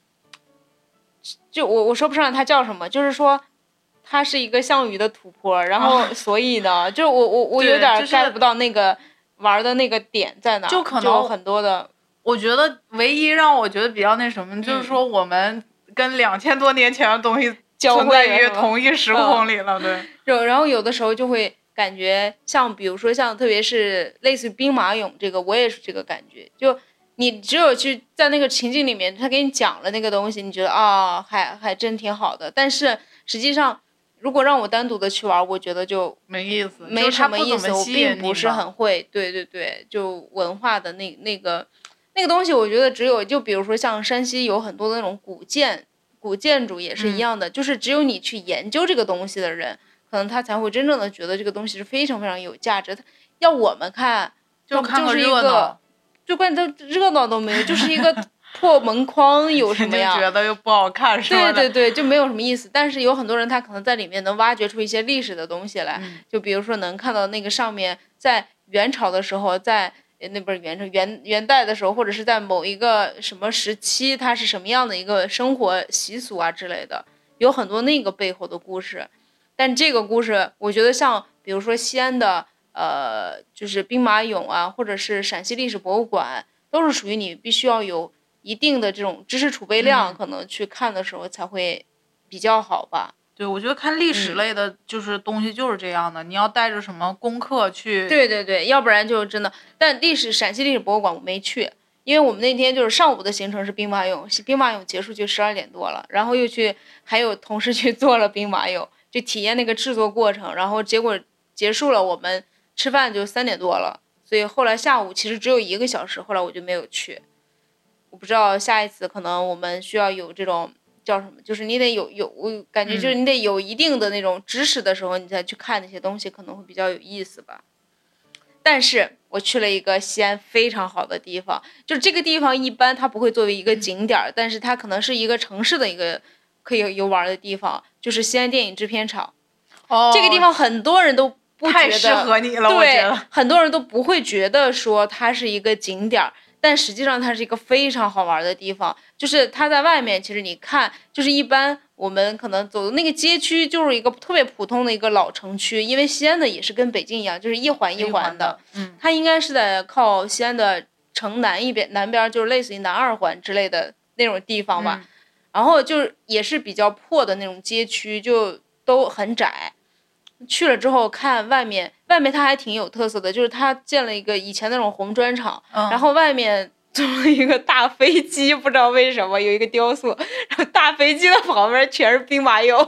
就我我说不上它叫什么，就是说。它是一个项羽的土坡，然后所以呢，啊、就我我我有点 get 不到那个玩的那个点在哪， 就可能就很多的。 我觉得唯一让我觉得比较那什么，嗯、就是说我们跟两千多年前的东西存在于同一时空里了，对。 就然后有的时候就会感觉像，比如说像特别是类似于兵马俑这个，我也是这个感觉，就你只有去在那个情境里面，他给你讲了那个东西，你觉得啊、哦，还还真挺好的，但是实际上。如果让我单独的去玩，我觉得就没意思， 没什么意思。 我并不是很会，对对对，就文化的那那个那个东西，我觉得只有就比如说像山西有很多的那种古建古建筑也是一样的， 嗯、 就是只有你去研究这个东西的人，可能他才会真正的觉得这个东西是非常非常有价值。要我们看， 就看个热闹， 就关键都热闹都没有，就是一个。破门框有什么呀？ 就觉得又不好看，是吧？ 对对对，就没有什么意思。但是有很多人他可能在里面能挖掘出一些历史的东西来， 嗯、 就比如说能看到那个上面在元朝的时候，在那不是元朝元元代的时候，或者是在某一个什么时期，它是什么样的一个生活习俗啊之类的，有很多那个背后的故事。但这个故事，我觉得像比如说西安的呃，就是兵马俑啊，或者是陕西历史博物馆，都是属于你必须要有。一定的这种知识储备量， 嗯、 可能去看的时候才会比较好吧。 对，我觉得看历史类的，就是东西就是这样的，嗯、你要带着什么功课去。 对对对，要不然就真的。但历史陕西历史博物馆我没去，因为我们那天就是上午的行程是兵马俑，兵马俑结束就十二点多了，然后又去还有同事去做了兵马俑，就体验那个制作过程，然后结果结束了，我们吃饭就三点多了，所以后来下午其实只有一个小时，后来我就没有去。我不知道下一次可能我们需要有这种叫什么，就是你得有有，我感觉就是你得有一定的那种知识的时候，你再去看那些东西可能会比较有意思吧。但是我去了一个西安非常好的地方，就是这个地方一般它不会作为一个景点，但是它可能是一个城市的一个可以游玩的地方，就是西安电影制片厂。 哦， 这个地方很多人都不觉得太适合你了， 对， 我觉得很多人都不会觉得说它是一个景点。但实际上它是一个非常好玩的地方，就是它在外面，其实你看，就是一般我们可能走的那个街区，就是一个特别普通的一个老城区，因为西安的也是跟北京一样，就是一环一环的， 嗯， 它应该是在靠西安的城南一边，南边就是类似于南二环之类的那种地方吧， 嗯、 然后就是也是比较破的那种街区，就都很窄。去了之后看外面，外面它还挺有特色的，就是它建了一个以前那种红砖厂， 嗯、 然后外面做了一个大飞机，不知道为什么有一个雕塑，然后大飞机的旁边全是兵马俑，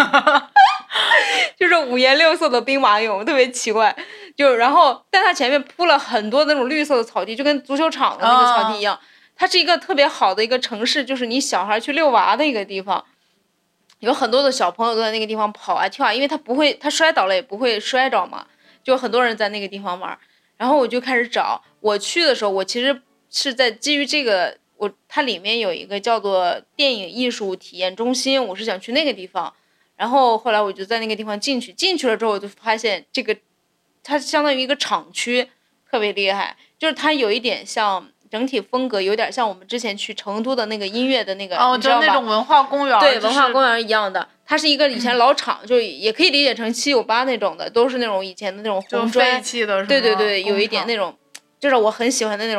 就是五颜六色的兵马俑，特别奇怪。就然后在它前面铺了很多那种绿色的草地，就跟足球场的那个草地一样。哦、它是一个特别好的一个城市，就是你小孩去遛娃的一个地方。有很多的小朋友都在那个地方跑啊跳啊，因为他不会，他摔倒了也不会摔着嘛，就很多人在那个地方玩。然后我就开始找，我去的时候，我其实是在基于这个，我它里面有一个叫做电影艺术体验中心，我是想去那个地方。然后后来我就在那个地方进去，进去了之后我就发现这个，它相当于一个厂区，特别厉害，就是它有一点像。整体风格有点像我们之前去成都的那个音乐的那个， 哦， 你知道吧？ 就那种文化公园， 对， 就是、 文化公园一样的。它是一个以前老厂，嗯、就也可以理解成七九八那种的，都是那种以前的那种红砖。 废弃的， 对对对，有一点那种，就是我很喜欢的那种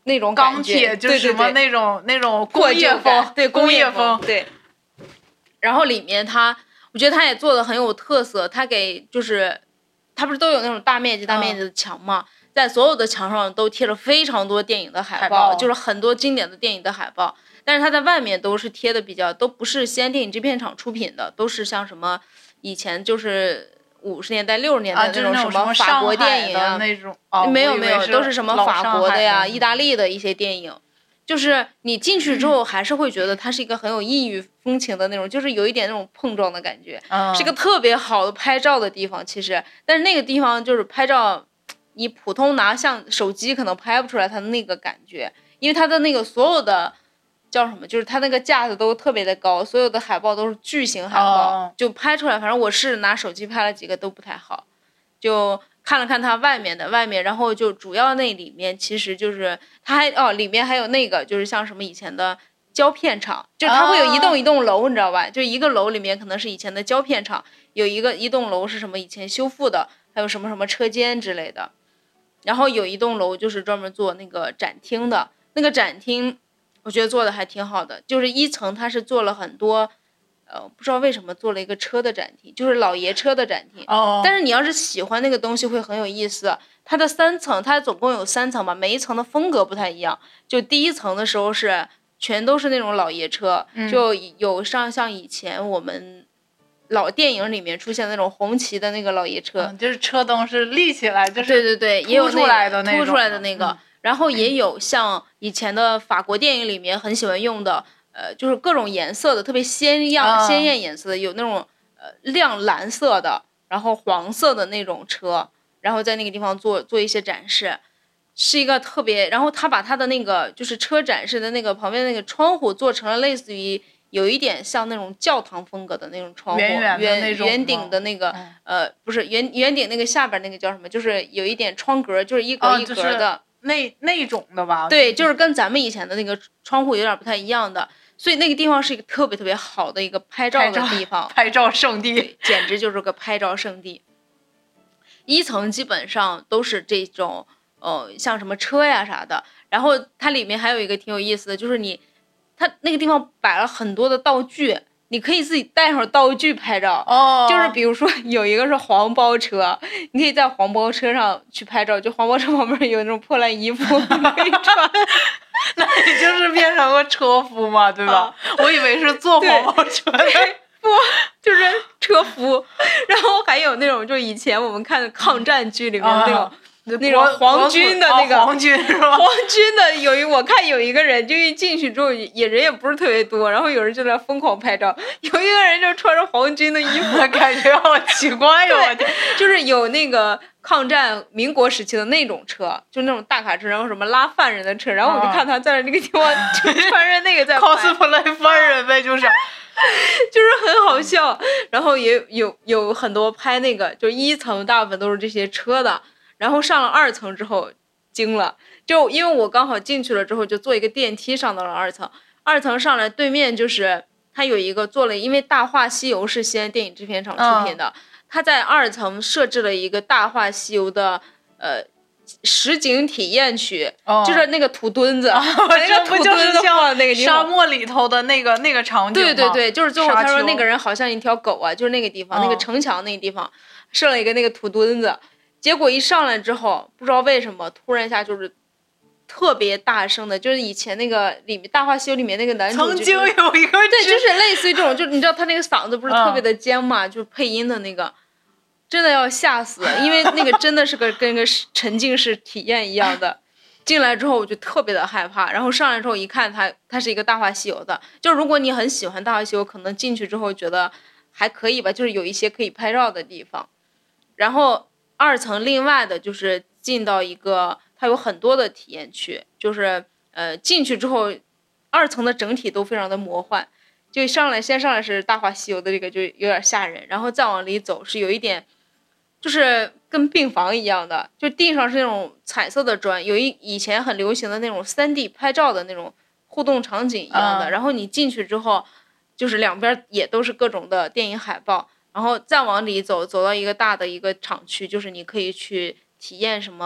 那种感觉钢铁，就是什么那种那种工业风，对工业风， 对。然后里面它，我觉得它也做的很有特色，它给就是它不是都有那种大面积大面积的墙吗？嗯，在所有的墙上都贴了非常多电影的海报， 海报就是很多经典的电影的海报。但是它在外面都是贴的比较，都不是西安电影制片厂出品的，都是像什么以前就是五十年代、六十年代那种什么法国电影啊，那种、哦、 没有没有，都是什么法国的呀、 的意大利的一些电影。就是你进去之后，还是会觉得它是一个很有异域风情的那种，就是有一点那种碰撞的感觉， 嗯、 是一个特别好的拍照的地方。其实，但是那个地方就是拍照，你普通拿相手机可能拍不出来它的那个感觉，因为它的那个所有的叫什么，就是它那个架子都特别的高，所有的海报都是巨型海报， 哦、 就拍出来，反正我是拿手机拍了几个都不太好，就。看了看它外面的外面，然后就主要那里面其实就是它还哦里面还有那个就是像什么以前的胶片厂，就它会有一栋一栋楼，你知道吧？就一个楼里面可能是以前的胶片厂，有一个一栋楼是什么以前修复的，还有什么什么车间之类的。然后有一栋楼就是专门做那个展厅的，那个展厅我觉得做的还挺好的，就是一层它是做了很多。呃，不知道为什么做了一个车的展厅，就是老爷车的展厅。 哦。 但是你要是喜欢那个东西，会很有意思。它的三层，它总共有三层吧，每一层的风格不太一样。就第一层的时候是全都是那种老爷车， 嗯、 就有像像以前我们老电影里面出现那种红旗的那个老爷车， 嗯、就是车灯是立起来，就是对对对，也有凸出来的那个凸出来的那个。 嗯、 然后也有像以前的法国电影里面很喜欢用的。呃，就是各种颜色的，特别鲜亮、 uh, 鲜艳颜色的，有那种呃亮蓝色的，然后黄色的那种车，然后在那个地方做做一些展示，是一个特别。然后他把他的那个就是车展示的那个旁边那个窗户做成了类似于有一点像那种教堂风格的那种窗户， 圆圆的那种圆顶的那个、 嗯、 呃不是圆圆顶那个下边那个叫什么？就是有一点窗格，就是一格一格的。 哦就是那那种的吧， 对，就是跟咱们以前的那个窗户有点不太一样的，所以那个地方是一个特别特别好的一个拍照的地方， 拍照圣地， 简直就是个拍照圣地。一层基本上都是这种，呃，像什么车呀啥的，然后它里面还有一个挺有意思的，就是你，它那个地方摆了很多的道具。你可以自己带上道具拍照， 哦， 就是比如说有一个是黄包车，你可以在黄包车上去拍照，就黄包车旁边有那种破烂衣服可以穿， 那你就是变成个车夫嘛，对吧？啊、我以为是坐黄包车的， 不，就是车夫。然后还有那种，就以前我们看的抗战剧里面的那种。啊那种皇军的那个、 哦、皇军是吧？ 皇军的有一，我看有一个人就一进去之后也人也不是特别多，然后有人就在疯狂拍照，有一个人就穿着皇军的衣服， 感觉好奇怪哟、哦！ 就是有那个抗战民国时期的那种车，就那种大卡车，然后什么拉犯人的车，然后我就看他在那个地方就穿着那个在 cosplay 犯人呗，就是就是很好笑。然后也有有很多拍那个，就一层大部分都是这些车的。然后上了二层之后惊了，就因为我刚好进去了之后就坐一个电梯上到了二层，二层上来对面就是它有一个做了，因为大话西游是西安电影制片厂出品的，它、嗯、在二层设置了一个大话西游的呃实景体验区， 哦、 就是那个土墩子， 哦、 那个土墩子放那个地方沙漠里头的那个那个场景， 对对对，就是最后他说那个人好像一条狗啊，就是那个地方、哦、那个城墙那个地方设了一个那个土墩子。结果一上来之后，不知道为什么突然一下就是特别大声的，就是以前那个里面《大话西游》里面那个男主、就是、 曾经有一个对，就是类似于这种，就你知道他那个嗓子不是特别的尖嘛，嗯、就是配音的那个，真的要吓死，因为那个真的是个跟个沉浸式体验一样的。进来之后我就特别的害怕，然后上来之后一看它，它是一个《大话西游》的，就如果你很喜欢《大话西游》，可能进去之后觉得还可以吧，就是有一些可以拍照的地方，然后。二层另外的就是进到一个，它有很多的体验区，就是呃进去之后，二层的整体都非常的魔幻，就上来先上来是大话西游的这个就有点吓人，然后再往里走是有一点，就是跟病房一样的，就地上是那种彩色的砖，有一以前很流行的那种 三 D 拍照的那种互动场景一样的， 嗯、 然后你进去之后，就是两边也都是各种的电影海报。然后再往里走，走到一个大的一个厂区，就是你可以去体验什么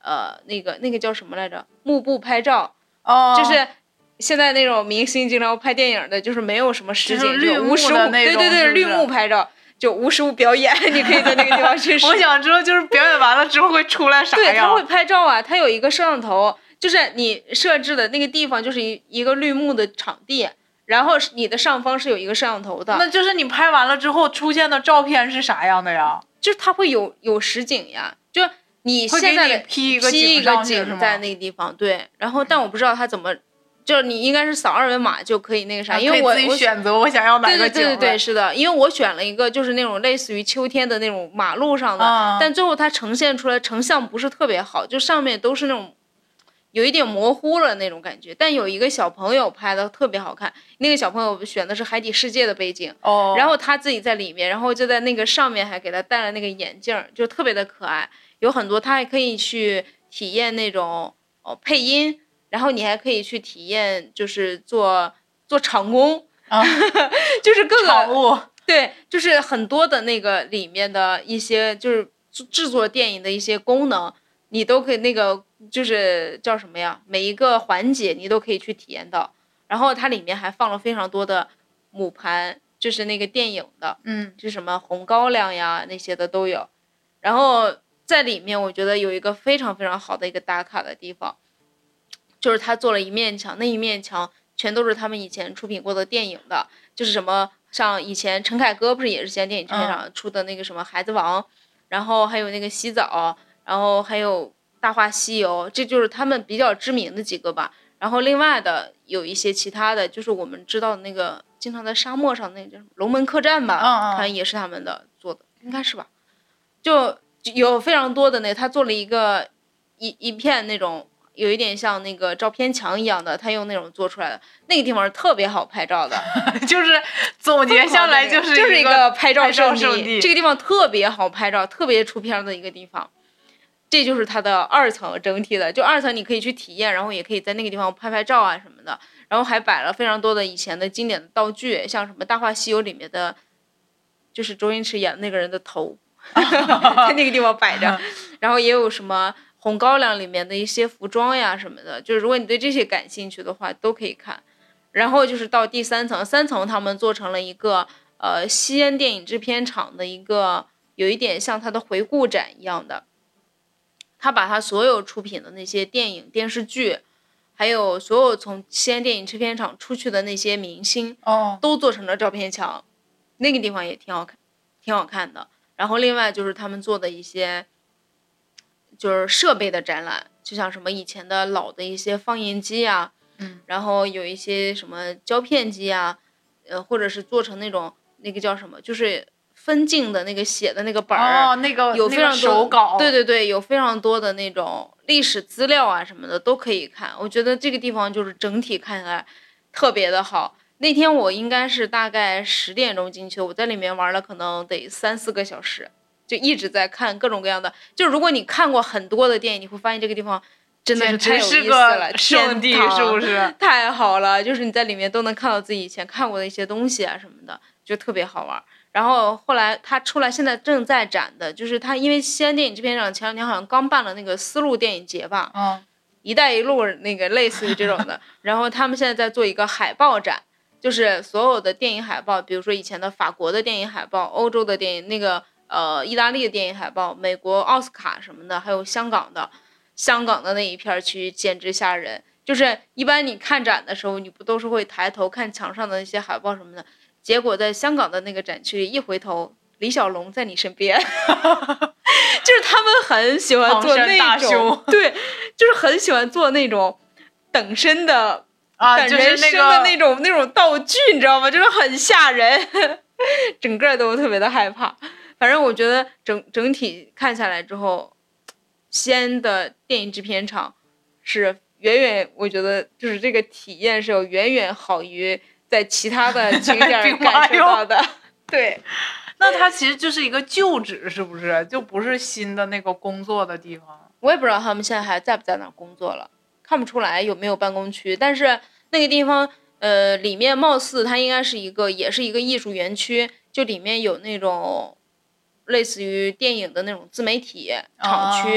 呃那个那个叫什么来着，幕布拍照， 哦， 就是现在那种明星经常拍电影的，就是没有什么实景， 就是绿幕无实物， 的那种对对对， 是不是绿幕拍照。就无实物表演，你可以在那个地方去试。 我想知道，就是表演完了之后会出来啥样？ 对，他会拍照啊，他有一个摄像头，就是你设置的那个地方就是一一个绿幕的场地，然后你的上方是有一个摄像头的。 那就是你拍完了之后出现的照片是啥样的呀？ 就是它会有有实景呀，就你现在的批一个景一个景在那个地方，对。然后，但我不知道它怎么。就是你应该是扫二维码就可以那个啥，因为我自己选择我想要哪个景。 对对对对，是的，因为我选了一个就是那种类似于秋天的那种马路上的， 嗯、 但最后它呈现出来成像不是特别好，就上面都是那种有一点模糊了那种感觉。但有一个小朋友拍的特别好看，那个小朋友选的是海底世界的背景， 哦， 然后他自己在里面，然后就在那个上面还给他戴了那个眼镜，就特别的可爱。有很多他还可以去体验那种哦配音。然后你还可以去体验，就是做做场工， 啊、 就是各个场务， 对，就是很多的那个里面的一些，就是制作电影的一些功能，你都可以那个就是叫什么呀？每一个环节你都可以去体验到。然后它里面还放了非常多的母盘，就是那个电影的， 嗯， 就什么红高粱呀那些的都有。然后在里面，我觉得有一个非常非常好的一个打卡的地方。就是他做了一面墙，那一面墙全都是他们以前出品过的电影的，就是什么像以前陈凯歌不是也是西安电影制片厂出的那个什么《孩子王》，嗯，然后还有那个洗澡，然后还有《大话西游》，这就是他们比较知名的几个吧。然后另外的有一些其他的，就是我们知道的那个经常在沙漠上那个叫什么龙门客栈吧， 好像也是他们的做的，应该是吧？就有非常多的那他做了一个一一片那种。有一点像那个照片墙一样的，他用那种做出来的，那个地方是特别好拍照的， 就是总结下来就是就是一个拍照圣地， 圣地这个地方特别好拍照，特别出片的一个地方。这就是它的二层整体的，就二层你可以去体验，然后也可以在那个地方拍拍照啊什么的，然后还摆了非常多的以前的经典的道具，像什么《大话西游》里面的，就是周星驰演的那个人的头，在那个地方摆着，然后也有什么。红高粱里面的一些服装呀什么的，就是如果你对这些感兴趣的话，都可以看。然后就是到第三层，三层他们做成了一个呃西安电影制片厂的一个有一点像它的回顾展一样的，他把他所有出品的那些电影、电视剧，还有所有从西安电影制片厂出去的那些明星， 哦， 都做成了照片墙，那个地方也挺好看，挺好看的。然后另外就是他们做的一些。就是设备的展览，就像什么以前的老的一些放映机啊， 嗯， 然后有一些什么胶片机啊，呃，或者是做成那种那个叫什么，就是分镜的那个写的那个本儿， 哦，那个有非常多、 那个、手稿， 对对对，有非常多的那种历史资料啊什么的都可以看。我觉得这个地方就是整体看起来特别的好。那天我应该是大概十点钟进去，我在里面玩了可能得三四个小时。就一直在看各种各样的，就如果你看过很多的电影，你会发现这个地方真的是太有意思了， 圣地是不是？ 太好了，就是你在里面都能看到自己以前看过的一些东西啊什么的，就特别好玩。然后后来他出来，现在正在展的，就是他因为西安电影制片厂前两天好像刚办了那个丝路电影节吧， 嗯， 一带一路那个类似于这种的，然后他们现在在做一个海报展，就是所有的电影海报，比如说以前的法国的电影海报、欧洲的电影那个。呃，意大利的电影海报，美国奥斯卡什么的，还有香港的，香港的那一片区简直吓人。就是一般你看展的时候，你不都是会抬头看墙上的那些海报什么的，结果在香港的那个展区里一回头，李小龙在你身边，就是他们很喜欢做那种，对，就是很喜欢做那种等身的啊， 等人生的那种、就是那个、那种道具，你知道吗？就是很吓人，整个都特别的害怕。反正我觉得整整体看下来之后，西安的电影制片厂是远远，我觉得就是这个体验是有远远好于在其他的景点感受到的。对， 那它其实就是一个旧址，是不是？就不是新的那个工作的地方。 我也不知道他们现在还在不在那儿工作了，看不出来有没有办公区。但是那个地方，呃，里面貌似它应该是一个，也是一个艺术园区，就里面有那种。类似于电影的那种自媒体厂区， 哦、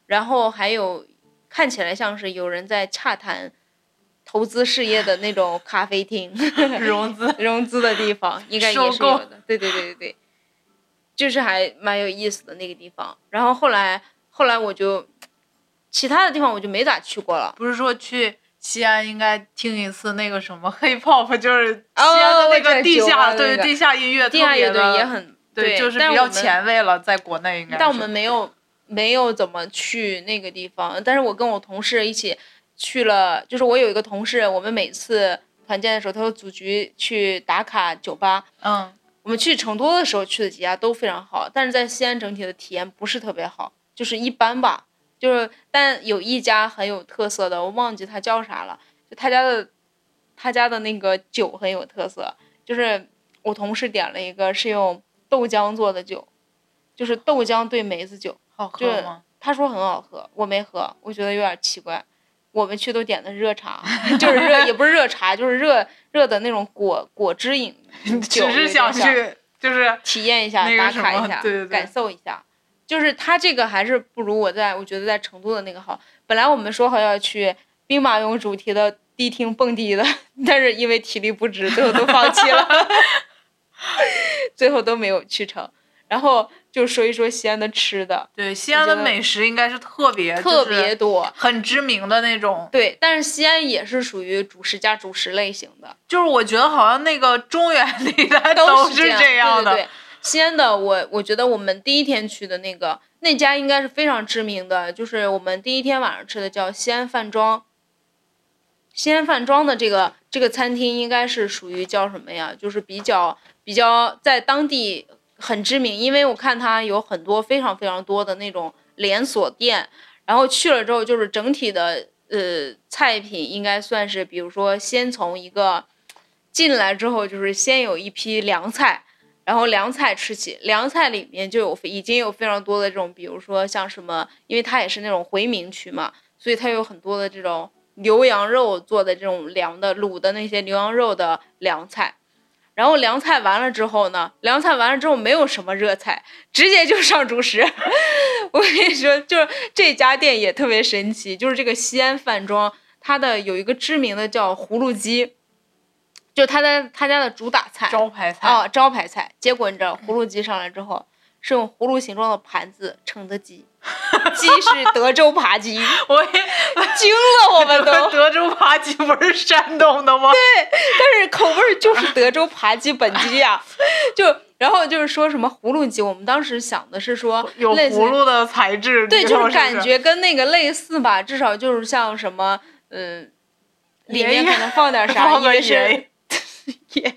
然后还有看起来像是有人在洽谈投资事业的那种咖啡厅， 融资融资的地方应该也是有的。对对对对对，就是还蛮有意思的那个地方。然后后来后来我就其他的地方我就没咋去过了。 不是说去西安应该听一次那个什么 hip hop， 就是西安的那个地下、 哦、 对、 那个、 地下音乐， 地下乐队也很对，就是比较前卫了，在国内应该是。 但我们没有没有怎么去那个地方，但是我跟我同事一起去了，就是我有一个同事，我们每次团建的时候，他会组局去打卡酒吧。 嗯， 我们去成都的时候去的几家都非常好，但是在西安整体的体验不是特别好，就是一般吧。就是但有一家很有特色的，我忘记他叫啥了，就他家的他家的那个酒很有特色，就是我同事点了一个是用豆浆做的酒，就是豆浆兑梅子酒。 好喝吗？ 他说很好喝，我没喝，我觉得有点奇怪。我们去都点的热茶，就是热也不是热茶，就是热热的那种果果汁饮酒， 只是想去就是体验一下、 那个、 打卡一下， 对对对， 感受一下。就是它这个还是不如我在我觉得在成都的那个好。本来我们说好要去兵马俑主题的迪厅蹦迪的，但是因为体力不支，最后都放弃了，最后都没有去成。然后就说一说西安的吃的， 对，西安的美食应该是特别特别多、 就是、很知名的那种。 对，但是西安也是属于主食加主食类型的， 就是我觉得好像那个中原地带都是这样的。 对对对，西安的我我觉得我们第一天去的那个那家应该是非常知名的，就是我们第一天晚上吃的叫西安饭庄。西安饭庄的这个这个餐厅应该是属于叫什么呀？就是比较比较在当地很知名，因为我看它有很多非常非常多的那种连锁店，然后去了之后就是整体的呃菜品应该算是，比如说先从一个进来之后就是先有一批凉菜。然后凉菜吃起，凉菜里面就有已经有非常多的这种，比如说像什么，因为它也是那种回民区嘛，所以它有很多的这种牛羊肉做的这种凉的卤的那些牛羊肉的凉菜。然后凉菜完了之后呢，凉菜完了之后没有什么热菜，直接就上主食。我跟你说，就是这家店也特别神奇，就是这个西安饭庄，它的有一个知名的叫葫芦鸡。就他的他家的主打菜， 招牌菜哦，招牌菜。结果你知道，葫芦鸡上来之后，是用葫芦形状的盘子盛的鸡，鸡是德州扒鸡， 我也惊了我们都。 德州扒鸡不是山东的吗？ 对，但是口味就是德州扒鸡本鸡呀、啊。就然后就是说什么葫芦鸡，我们当时想的是说有葫芦的材质， 对，就是感觉跟那个类似吧，至少就是像什么，嗯、呃，里面可能放点啥， 放个盐。也，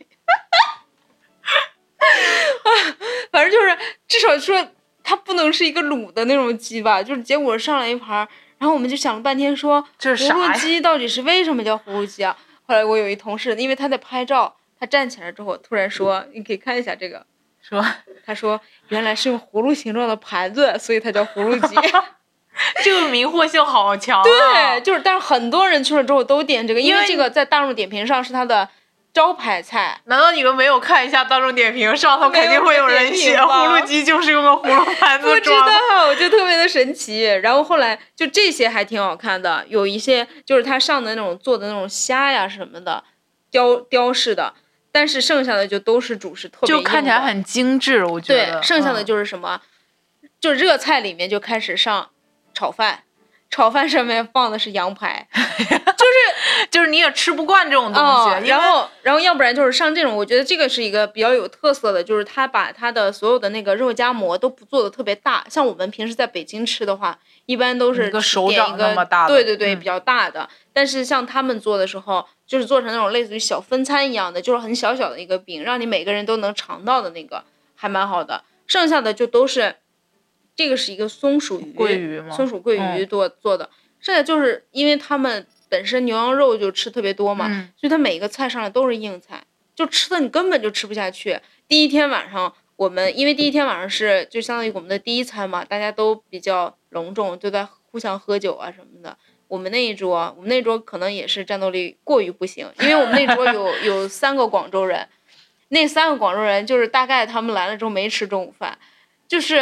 反正就是至少说它不能是一个卤的那种鸡吧，就是结果上来一盘，然后我们就想了半天说， 这是葫芦鸡到底是为什么叫葫芦鸡啊？后来我有一同事，因为他在拍照，他站起来之后突然说，你可以看一下这个， 说他说原来是用葫芦形状的盘子，所以它叫葫芦鸡。 这个迷惑性好强、啊。 对，就是但是很多人去了之后都点这个，因为这个在大众点评上是它的招牌菜。 难道你们没有看一下大众点评上头肯定会有人写葫芦鸡就是用个葫芦盘子装的？ 不知道，我就特别的神奇。然后后来就这些还挺好看的，有一些就是他上的那种做的那种虾呀什么的，雕雕饰的，但是剩下的就都是主食，特别就看起来很精致，我觉得。 对，剩下的就是什么，嗯、就热菜里面就开始上炒饭。炒饭上面放的是羊排，就是就是你也吃不惯这种东西， 哦、然后然后要不然就是上这种，我觉得这个是一个比较有特色的，就是他把他的所有的那个肉夹馍都不做的特别大，像我们平时在北京吃的话，一般都是一个手掌那么大的， 对对对、 嗯， 比较大的。但是像他们做的时候，就是做成那种类似于小分餐一样的，就是很小小的一个饼，让你每个人都能尝到的那个，还蛮好的。剩下的就都是。这个是一个松鼠鱼， 桂鱼吗？ 松鼠桂鱼做、嗯、做的，剩下就是因为他们本身牛羊肉就吃特别多嘛， 嗯、 所以他每个菜上来都是硬菜，就吃的你根本就吃不下去。第一天晚上我们因为第一天晚上是就相当于我们的第一餐嘛，大家都比较隆重，就在互相喝酒啊什么的。我们那一桌，我们那一桌可能也是战斗力过于不行，因为我们那桌有有三个广州人，那三个广州人就是大概他们来了之后没吃中午饭，就是。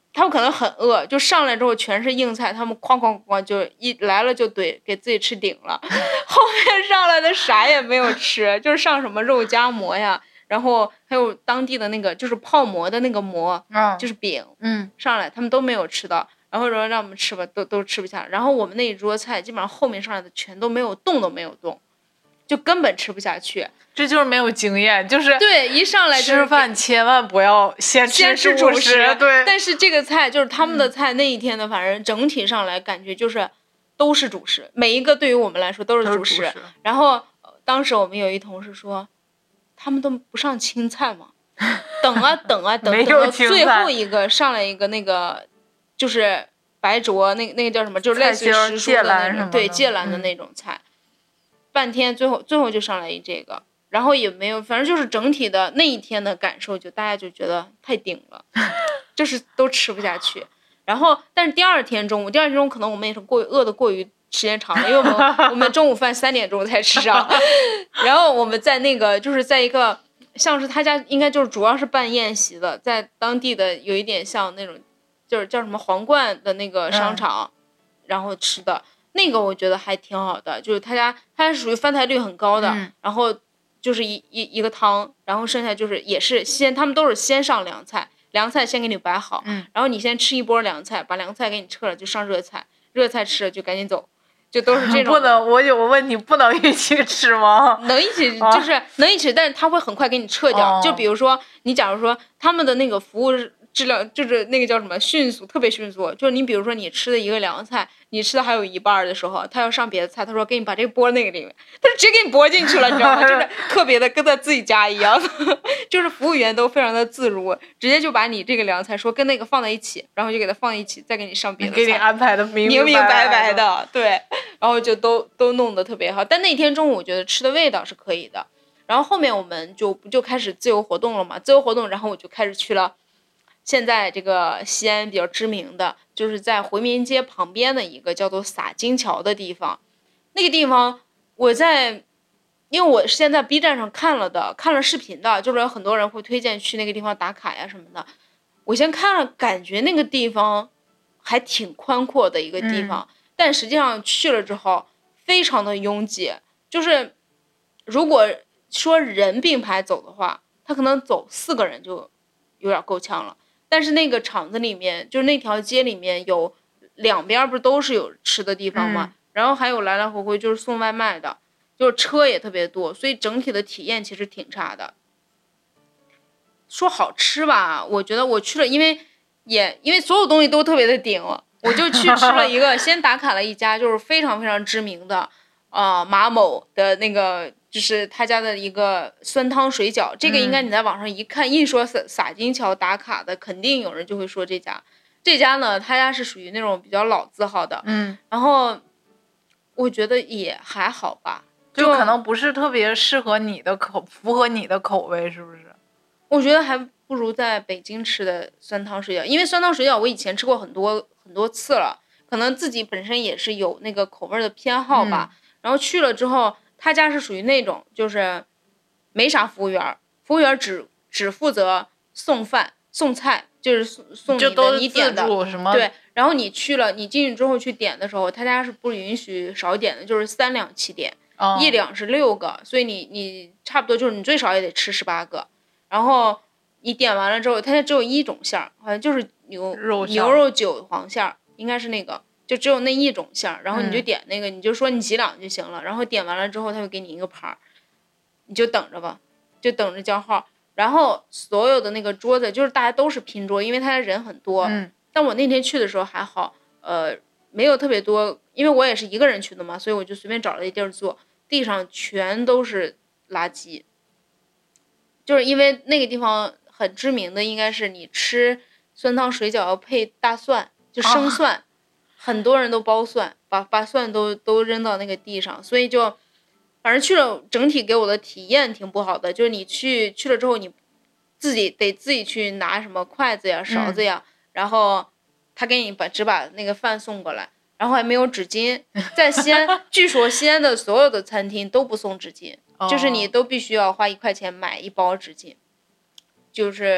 他们可能很饿，就上来之后全是硬菜，他们哐哐哐就一来了就怼，给自己吃顶了。后面上来的啥也没有吃，就是上什么肉夹馍呀，然后还有当地的那个就是泡馍的那个馍， 嗯， 就是饼， 嗯， 上来他们都没有吃到，然后说让我们吃吧，都都吃不下。然后我们那一桌菜基本上后面上来的全都没有动都没有动，就根本吃不下去。 这就是没有经验，就是对，一上来、就是、 吃饭千万不要先先吃主食。 对， 但是这个菜就是他们的菜，那一天的反正整体上来感觉就是都是主食，每一个对于我们来说都是主食。 主食然后当时我们有一同事说，他们都不上青菜吗？等啊等啊等，等到最后一个上来一个那个就是白灼那那个叫什么，就是类似于时蔬的那种，对，芥蓝的那种菜。嗯、半天最后最后就上来一这个。然后也没有，反正就是整体的那一天的感受，就大家就觉得太顶了，就是都吃不下去。然后，但是第二天中午，第二天中午可能我们也是过于饿的过于时间长了，因为我们我们中午饭三点钟才吃上，然后我们在那个就是在一个像是他家应该就是主要是办宴席的，在当地的有一点像那种就是叫什么皇冠的那个商场，嗯、然后吃的那个我觉得还挺好的，就是他家他是属于翻台率很高的， 嗯、 然后。就是一一一个汤，然后剩下就是也是先，他们都是先上凉菜，凉菜先给你摆好， 嗯， 然后你先吃一波凉菜，把凉菜给你撤了，就上热菜，热菜吃了就赶紧走，就都是这种。 不能，我有个问题，不能一起吃吗？ 能一起，就是、啊、能一起，但是他会很快给你撤掉。 哦、 就比如说，你假如说他们的那个服务质量，就是那个叫什么迅速，特别迅速。就是你比如说你吃的一个凉菜，你吃的还有一半的时候，他要上别的菜，他说给你把这个拨那个里面，他就直接给你拨进去了，你知道吗？就是特别的跟在自己家一样，就是服务员都非常的自如，直接就把你这个凉菜说跟那个放在一起，然后就给他放一起，再给你上别的菜， 给你安排的明明明白白的，对，然后就都都弄得特别好。但那天中午我觉得吃的味道是可以的，然后后面我们就不就开始自由活动了嘛，自由活动，然后我就开始去了。现在这个西安比较知名的就是在回民街旁边的一个叫做洒金桥的地方，那个地方我在，因为我是现在 B 站上看了的，看了视频的，就是有很多人会推荐去那个地方打卡呀什么的。我先看了，感觉那个地方还挺宽阔的一个地方， 嗯、 但实际上去了之后非常的拥挤，就是如果说人并排走的话，他可能走四个人就有点够呛了。但是那个场子里面，就是那条街里面有两边不是都是有吃的地方吗？ 嗯、 然后还有来来回回就是送外卖的，就是车也特别多，所以整体的体验其实挺差的。说好吃吧，我觉得我去了，因为也因为所有东西都特别的顶，我就去吃了一个，先打卡了一家就是非常非常知名的，呃马某的那个。就是他家的一个酸汤水饺，这个应该你在网上一看，一说洒洒金桥打卡的，肯定有人就会说这家。这家呢，他家是属于那种比较老字号的， 嗯， 然后我觉得也还好吧， 就, 就可能不是特别适合你的口，符合你的口味，是不是？ 我觉得还不如在北京吃的酸汤水饺，因为酸汤水饺我以前吃过很多很多次了，可能自己本身也是有那个口味的偏好吧， 嗯、 然后去了之后。他家是属于那种就是没啥服务员，服务员只只负责送饭送菜，就是送送你的你点的什么对。然后你去了，你进去之后去点的时候，他家是不允许少点的，就是三两起点， 哦、 一两是六个，所以你你差不多就是你最少也得吃十八个。然后你点完了之后，他家只有一种馅儿，好像就是牛肉牛肉韭黄馅儿，应该是那个。就只有那一种馅儿，然后你就点那个， 嗯、 你就说你几两就行了，然后点完了之后，他会给你一个盘儿，你就等着吧，就等着叫号。然后所有的那个桌子，就是大家都是拼桌，因为他家人很多。 嗯。 但我那天去的时候还好，呃，没有特别多，因为我也是一个人去的嘛，所以我就随便找了一地儿坐，地上全都是垃圾。就是因为那个地方很知名的，应该是你吃酸汤水饺要配大蒜，就生蒜。哦，很多人都包蒜，把把蒜都都扔到那个地上，所以就反正去了，整体给我的体验挺不好的。就是你去去了之后，你自己得自己去拿什么筷子呀、勺子呀， 嗯、 然后他给你把只把那个饭送过来，然后还没有纸巾。在西安，据说西安的所有的餐厅都不送纸巾，就是你都必须要花一块钱买一包纸巾，就是。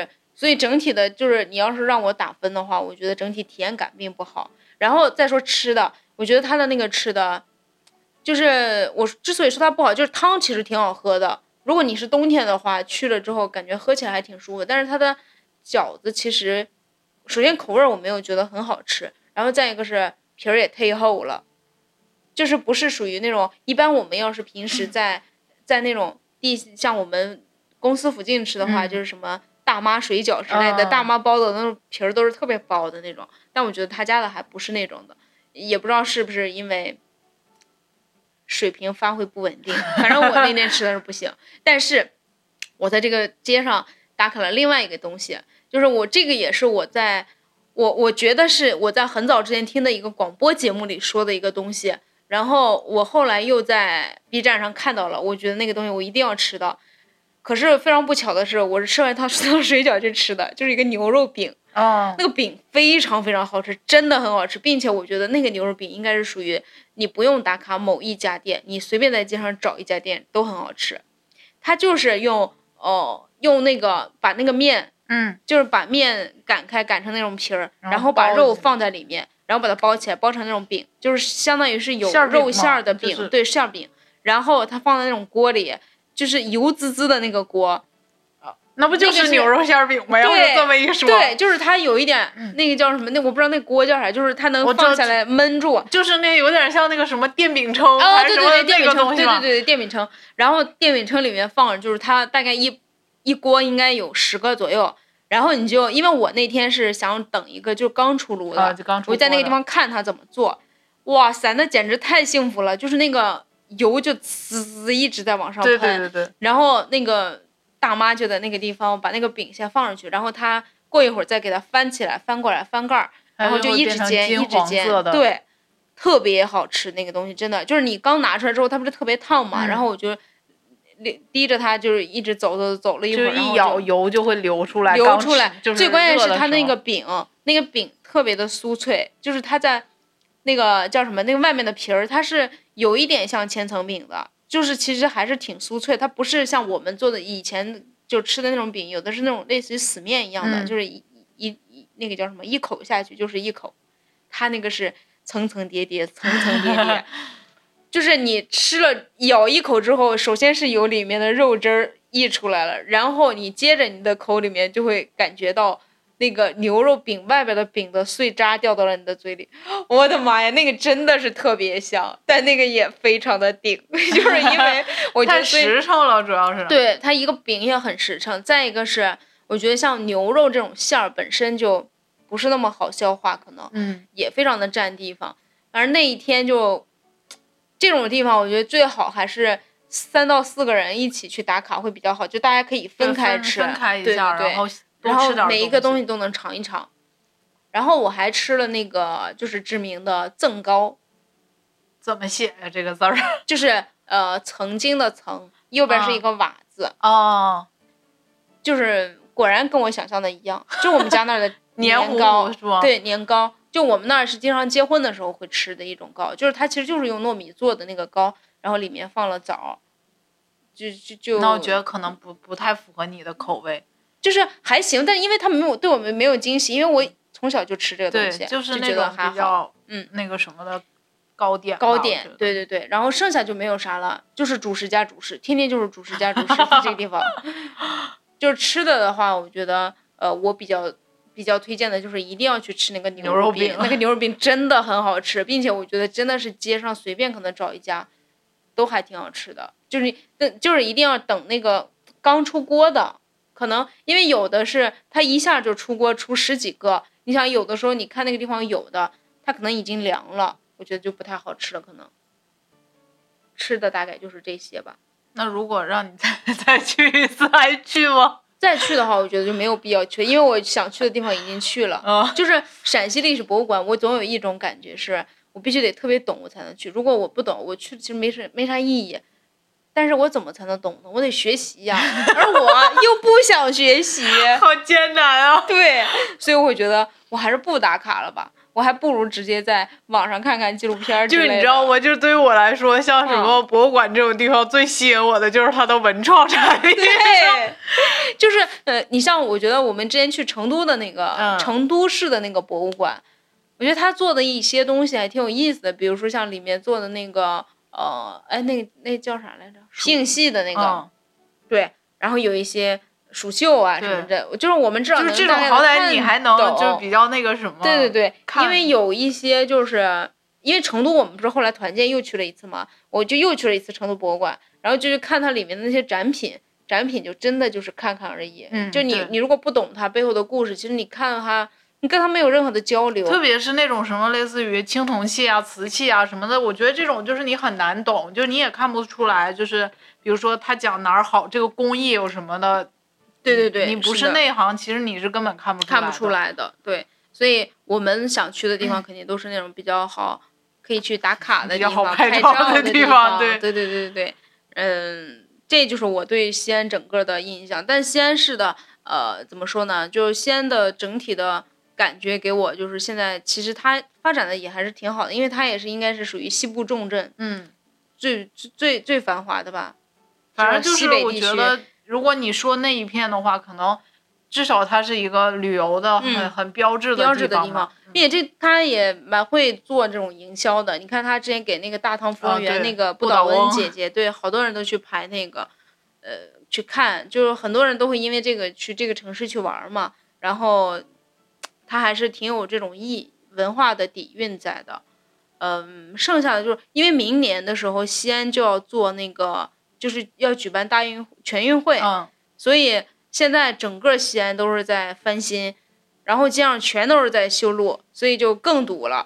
所以整体的就是你要是让我打分的话，我觉得整体体验感并不好。然后再说吃的，我觉得它的那个吃的，就是我之所以说它不好，就是汤其实挺好喝的。如果你是冬天的话，去了之后感觉喝起来还挺舒服。但是它的饺子其实，首先口味我没有觉得很好吃，然后再一个是皮儿也忒厚了，就是不是属于那种一般我们要是平时在在那种地像我们公司附近吃的话， 嗯、 就是什么大妈水饺之类的， 嗯、 大妈包的那种皮儿都是特别薄的那种。但我觉得他家的还不是那种的，也不知道是不是因为水平发挥不稳定，反正我那天吃的是不行。但是我在这个街上打卡了另外一个东西，就是我这个也是我在我我觉得是我在很早之前听的一个广播节目里说的一个东西，然后我后来又在 B 站上看到了，我觉得那个东西我一定要吃到。可是非常不巧的是，我是吃完它当水饺去吃的，就是一个牛肉饼。 哦， 那个饼非常非常好吃，真的很好吃，并且我觉得那个牛肉饼应该是属于你不用打卡某一家店，你随便在街上找一家店都很好吃。它就是用哦用那个把那个面， 嗯， 就是把面擀开，擀成那种皮儿， 然后然后把肉放在里面，然后把它包起来，包成那种饼，就是相当于是有肉馅的饼， 就是、 对馅饼，然后它放在那种锅里，就是油滋滋的那个锅。 那不就是牛肉馅饼吗？要是这么一说， 对，就是它有一点、嗯、那个叫什么？那我不知道那锅叫啥，就是它能放下来焖住， 就是那有点像那个什么电饼铛， 哦，对对对， 电饼铛，对对对，电饼铛。然后电饼铛里面放就是它大概一一锅应该有十个左右，然后你就因为我那天是想等一个就刚出炉的， 啊、就刚出我就在那个地方看它怎么做，哇塞，那简直太幸福了！就是那个油就滋滋一直在往上喷， 对对对对， 然后那个。大妈就在那个地方把那个饼先放上去，然后她过一会儿再给它翻起来，翻过来翻盖儿，然后就一直煎一直煎，对，特别好吃那个东西，真的就是你刚拿出来之后，它不是特别烫嘛， 嗯、 然后我就滴着它，就是一直走走走了一会儿， 就一咬油就会流出来， 流出来。 就是、 最关键是它那个饼，那个饼特别的酥脆，就是它在那个叫什么，那个外面的皮儿，它是有一点像千层饼的。就是其实还是挺酥脆，它不是像我们做的以前就吃的那种饼，有的是那种类似于死面一样的， 嗯、 就是一一一那个叫什么，一口下去就是一口，它那个是层层叠叠，层层叠叠，就是你吃了咬一口之后，首先是有里面的肉汁儿溢出来了，然后你接着你的口里面就会感觉到。那个牛肉饼外边的饼的碎渣掉到了你的嘴里，我的妈呀，那个真的是特别香，但那个也非常的顶，就是因为我觉得太实诚了，主要是对它一个饼也很实诚，再一个是我觉得像牛肉这种馅儿本身就不是那么好消化，可能嗯也非常的占地方。反正那一天就这种地方，我觉得最好还是三到四个人一起去打卡会比较好，就大家可以分开吃， 分开一下， 对对对， 然后。 然后每一个东西都能尝一尝，然后我还吃了那个就是知名的赠糕， 怎么写呀、啊、这个字儿？ 就是呃曾经的曾，右边是一个瓦字哦， 就是果然跟我想象的一样，就我们家那儿的年糕， 糊是吧？ 对，年糕，就我们那儿是经常结婚的时候会吃的一种糕，就是它其实就是用糯米做的那个糕，然后里面放了枣，就就就。 那我觉得可能不不太符合你的口味。 就是还行，但因为他没有对我们没有惊喜，因为我从小就吃这个东西， 对，就是那种比较嗯那个什么的糕点。 糕点，对对对，然后剩下就没有啥了，就是主食加主食，天天就是主食加主食，在这个地方。就是吃的的话，我觉得呃，我比较比较推荐的就是一定要去吃那个牛肉饼，那个牛肉饼真的很好吃，并且我觉得真的是街上随便可能找一家，都还挺好吃的，就是等就是一定要等那个刚出锅的。可能因为有的是它一下就出锅出十几个，你想有的时候你看那个地方有的它可能已经凉了，我觉得就不太好吃了。可能吃的大概就是这些吧。 那如果让你再再去一次，还去吗？ 再去的话，我觉得就没有必要去，因为我想去的地方已经去了。 嗯， 就是陕西历史博物馆，我总有一种感觉是我必须得特别懂我才能去，如果我不懂，我去其实没啥没啥意义。 但是我怎么才能懂呢？我得学习呀，而我又不想学习， 好艰难啊！ 对，所以我会觉得我还是不打卡了吧。我还不如直接在网上看看纪录片之类的。 就是你知道，我就对于我来说，像什么博物馆这种地方，嗯、最吸引我的就是它的文创产业。 对，就是呃，你像我觉得我们之前去成都的那个、 嗯、 成都市的那个博物馆，我觉得他做的一些东西还挺有意思的，比如说像里面做的那个呃，哎，那那叫啥来着？星系的那个， 嗯、 对，然后有一些。蜀绣啊什么的，就是我们知道就是这种好歹你还能就是比较那个什么。 对对对，因为有一些就是因为成都我们不是后来团建又去了一次嘛，我就又去了一次成都博物馆，然后就去看它里面的那些展品，展品就真的就是看看而已。 嗯， 就你你如果不懂它背后的故事，其实你看它，你跟它没有任何的交流。 特别是那种什么类似于青铜器啊、瓷器啊什么的，我觉得这种就是你很难懂，就是你也看不出来，就是比如说他讲哪儿好，这个工艺有什么的。 对对对， 你不是内行，其实你是根本看不出来的。 看不出来的，对，所以我们想去的地方肯定都是那种比较好，可以去打卡的地方、 比较好拍照的地方。 对对对对对对，嗯，这就是我对西安整个的印象。但西安市的，呃，怎么说呢？就是西安的整体的感觉给我，就是现在其实它发展的也还是挺好的，因为它也是应该是属于西部重镇， 嗯， 最最最繁华的吧。 反正就是我觉得。如果你说那一片的话，可能至少它是一个旅游的很、 嗯、 很标志的标志的地方， 并且这他也蛮会做这种营销的。你看他之前给那个大唐芙蓉园、 啊、 那个不倒翁姐姐，对，好多人都去排那个，呃，去看，就是很多人都会因为这个去这个城市去玩嘛。然后他还是挺有这种意文化的底蕴在的。嗯，剩下的就是因为明年的时候西安就要做那个。就是要举办大运全运会， 嗯， 所以现在整个西安都是在翻新，然后街上全都是在修路，所以就更堵了。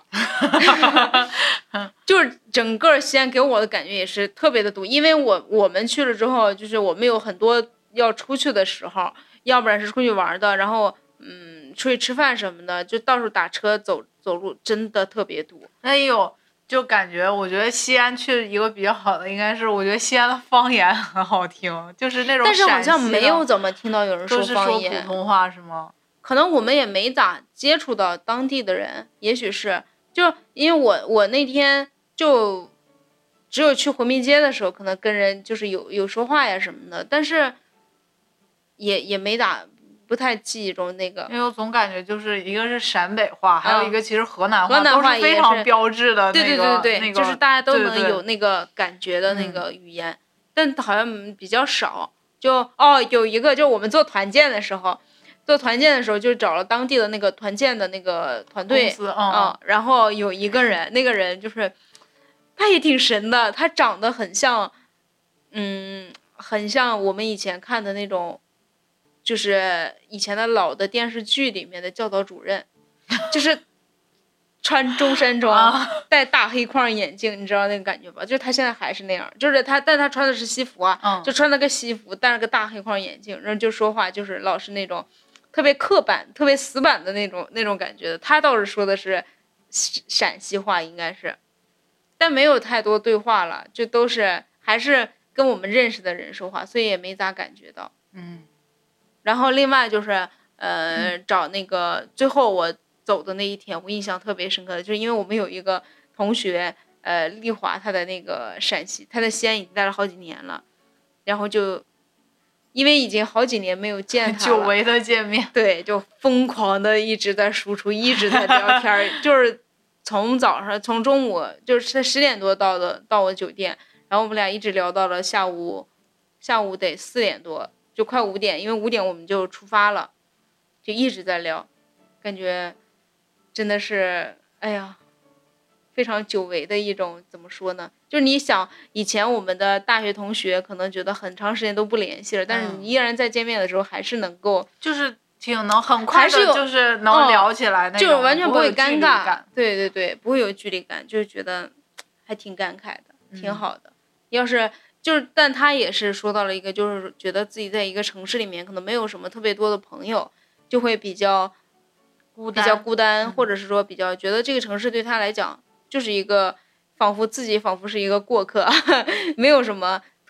就是整个西安给我的感觉也是特别的堵，因为我我们去了之后，就是我们有很多要出去的时候，要不然是出去玩的，然后嗯出去吃饭什么的，就到处打车走走路，真的特别堵。 哎呦。就感觉，我觉得西安去一个比较好的，应该是我觉得西安的方言很好听，就是那种但是好像没有怎么听到有人说方言， 都是说普通话是吗？ 可能我们也没咋接触到当地的人，也许是，就因为我我那天就只有去回民街的时候，可能跟人就是有有说话呀什么的，但是也也没咋。不太记忆中那个， 因为我总感觉就是一个是陕北话， 嗯、 还有一个其实河南话，河南话都是非常标志的、那个。 对对对对， 那个、 就是大家都能有那个感觉的那个语言，嗯、但好像比较少。就哦，有一个，就我们做团建的时候，做团建的时候就找了当地的那个团建的那个团队， 嗯、 嗯，然后有一个人，那个人就是他也挺神的，他长得很像，嗯，很像我们以前看的那种。就是以前的老的电视剧里面的教导主任，就是穿中山装，戴大黑框眼镜，你知道那个感觉吧？就是他现在还是那样，就是他，但他穿的是西服啊， 嗯、 就穿了个西服，戴了个大黑框眼镜，然后就说话就是老是那种特别刻板、特别死板的那种那种感觉的。他倒是说的是陕西话，应该是，但没有太多对话了，就都是还是跟我们认识的人说话，所以也没咋感觉到。 嗯。 然后另外就是呃找那个最后我走的那一天，我印象特别深刻的就是因为我们有一个同学呃丽华，他在那个陕西，他在西安已经待了好几年了，然后就因为已经好几年没有见他了， 久违的见面， 对，就疯狂的一直在输出，一直在聊天，就是从早上从中午就是他十点多到的到我酒店，然后我们俩一直聊到了下午下午得四点多。就快五点，因为五点我们就出发了，就一直在聊，感觉真的是，哎呀，非常久违的一种，怎么说呢？就是你想，以前我们的大学同学可能觉得很长时间都不联系了，但是你依然在见面的时候还是能够， 就是挺能很快的，就是能聊起来那种， 就是完全不会尴尬。 对对对，不会有距离感，就是觉得还挺感慨的，挺好的。嗯、要是。就是，但他也是说到了一个，就是觉得自己在一个城市里面可能没有什么特别多的朋友，就会比较孤单， 比较孤单， 嗯、 或者是说比较觉得这个城市对他来讲就是一个仿佛自己仿佛是一个过客，没有什么特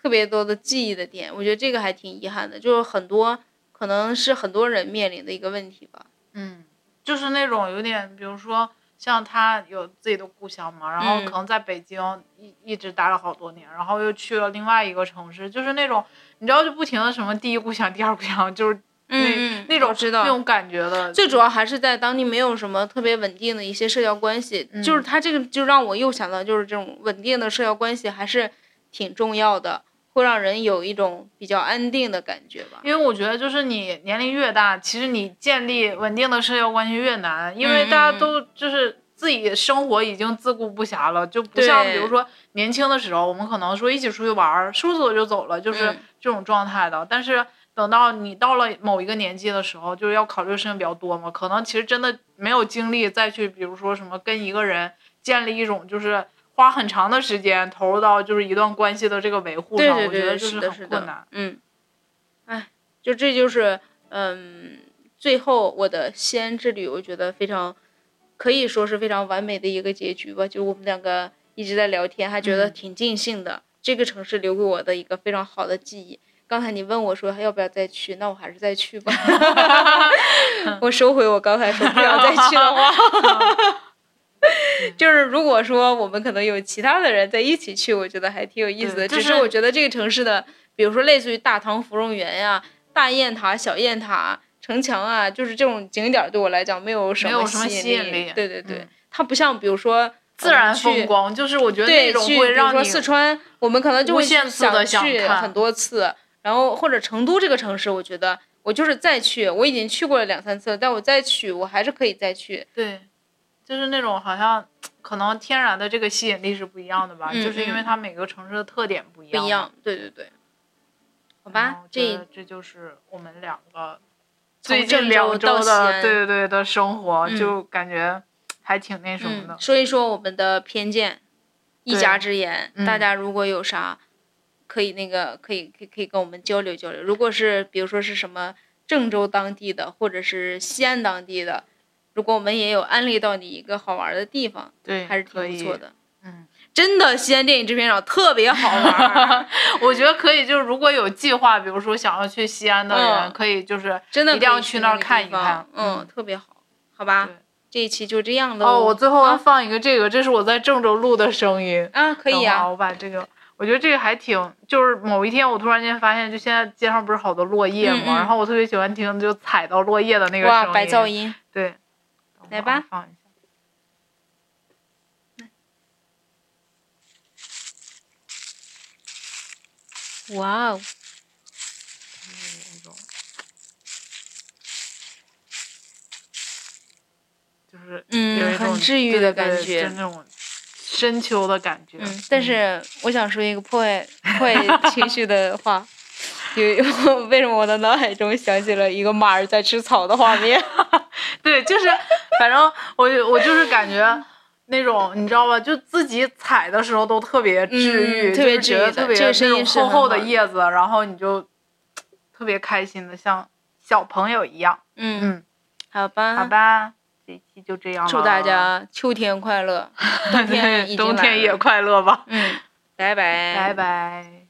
特别多的记忆的点，我觉得这个还挺遗憾的，就是很多可能是很多人面临的一个问题吧。 嗯，就是那种有点，比如说像他有自己的故乡嘛，然后可能在北京一、嗯、一直待了好多年，然后又去了另外一个城市，就是那种你知道就不停的什么第一故乡、第二故乡，就是那、 嗯、 那种知道那种感觉的。 最主要还是在当地没有什么特别稳定的一些社交关系， 嗯、 就是他这个就让我又想到，就是这种稳定的社交关系还是挺重要的。会让人有一种比较安定的感觉吧， 因为我觉得就是你年龄越大，其实你建立稳定的社交关系越难，因为大家都就是自己生活已经自顾不暇了，就不像比如说年轻的时候，我们可能说一起出去玩，说走就走了，就是这种状态的。嗯、但是等到你到了某一个年纪的时候，就是要考虑的事情比较多嘛，可能其实真的没有精力再去，比如说什么跟一个人建立一种就是花很长的时间投入到就是一段关系的这个维护上， 对对对， 我觉得就是很困难。 嗯，哎，就这就是嗯，最后我的西安之旅，我觉得非常可以说是非常完美的一个结局吧。就我们两个一直在聊天，还觉得挺尽兴的。嗯、这个城市留给我的一个非常好的记忆。刚才你问我说要不要再去，那我还是再去吧。我收回我刚才说不要再去的话。就是如果说我们可能有其他的人在一起去，我觉得还挺有意思的。 只是我觉得这个城市的，比如说类似于大唐芙蓉园呀、大雁塔、小雁塔、城墙啊，就是这种景点对我来讲没有什么吸引力。 对对对，嗯、它不像比如说自然风光，就是我觉得那种会让你比如说四川，我们可能就会想去很多次。然后或者成都这个城市，我觉得我就是再去，我已经去过了两三次，但我再去，我还是可以再去。 对。就是那种好像可能天然的这个吸引力是不一样的吧， 嗯、 就是因为它每个城市的特点不一样。 不一样，对对对。好吧，这这就是我们两个最近两周的对对对的生活， 嗯、 就感觉还挺那什么的、 嗯。说一说我们的偏见，一家之言， 嗯、 大家如果有啥可以那个可以可以可以跟我们交流交流。如果是比如说是什么郑州当地的，或者是西安当地的。如果我们也有安利到你一个好玩的地方， 对， 还是挺不错的。 嗯， 真的，西安电影制片厂特别好玩。 我觉得可以，就是如果有计划，比如说想要去西安的人， 嗯、 可以就是真的一定要去那儿看一看。 嗯，嗯特别好，好吧。这一期就这样的哦。我最后要放一个这个，啊、这是我在郑州录的声音啊，可以啊。 我把这个。我觉得这个还挺，就是某一天我突然间发现，就现在街上不是好多落叶嘛， 嗯嗯然后我特别喜欢听就踩到落叶的那个声音。 哇，白噪音。 对。 来吧， 放一下。哇哦， 就是嗯，很治愈的感觉， 就那种深秋的感觉。 嗯，但是我想说一个破坏破坏情绪的话。有为什么我的脑海中想起了一个马儿在吃草的画面？ 对，就是反正我我就是感觉那种你知道吧，就自己踩的时候都特别治愈， 嗯、特别治愈， 特别那种厚厚的叶子，然后你就特别开心的，像小朋友一样。 嗯嗯， 好吧， 好吧，这一期就这样了。 祝大家秋天快乐，冬天已经来了冬天也快乐吧。 嗯，拜拜， 拜拜。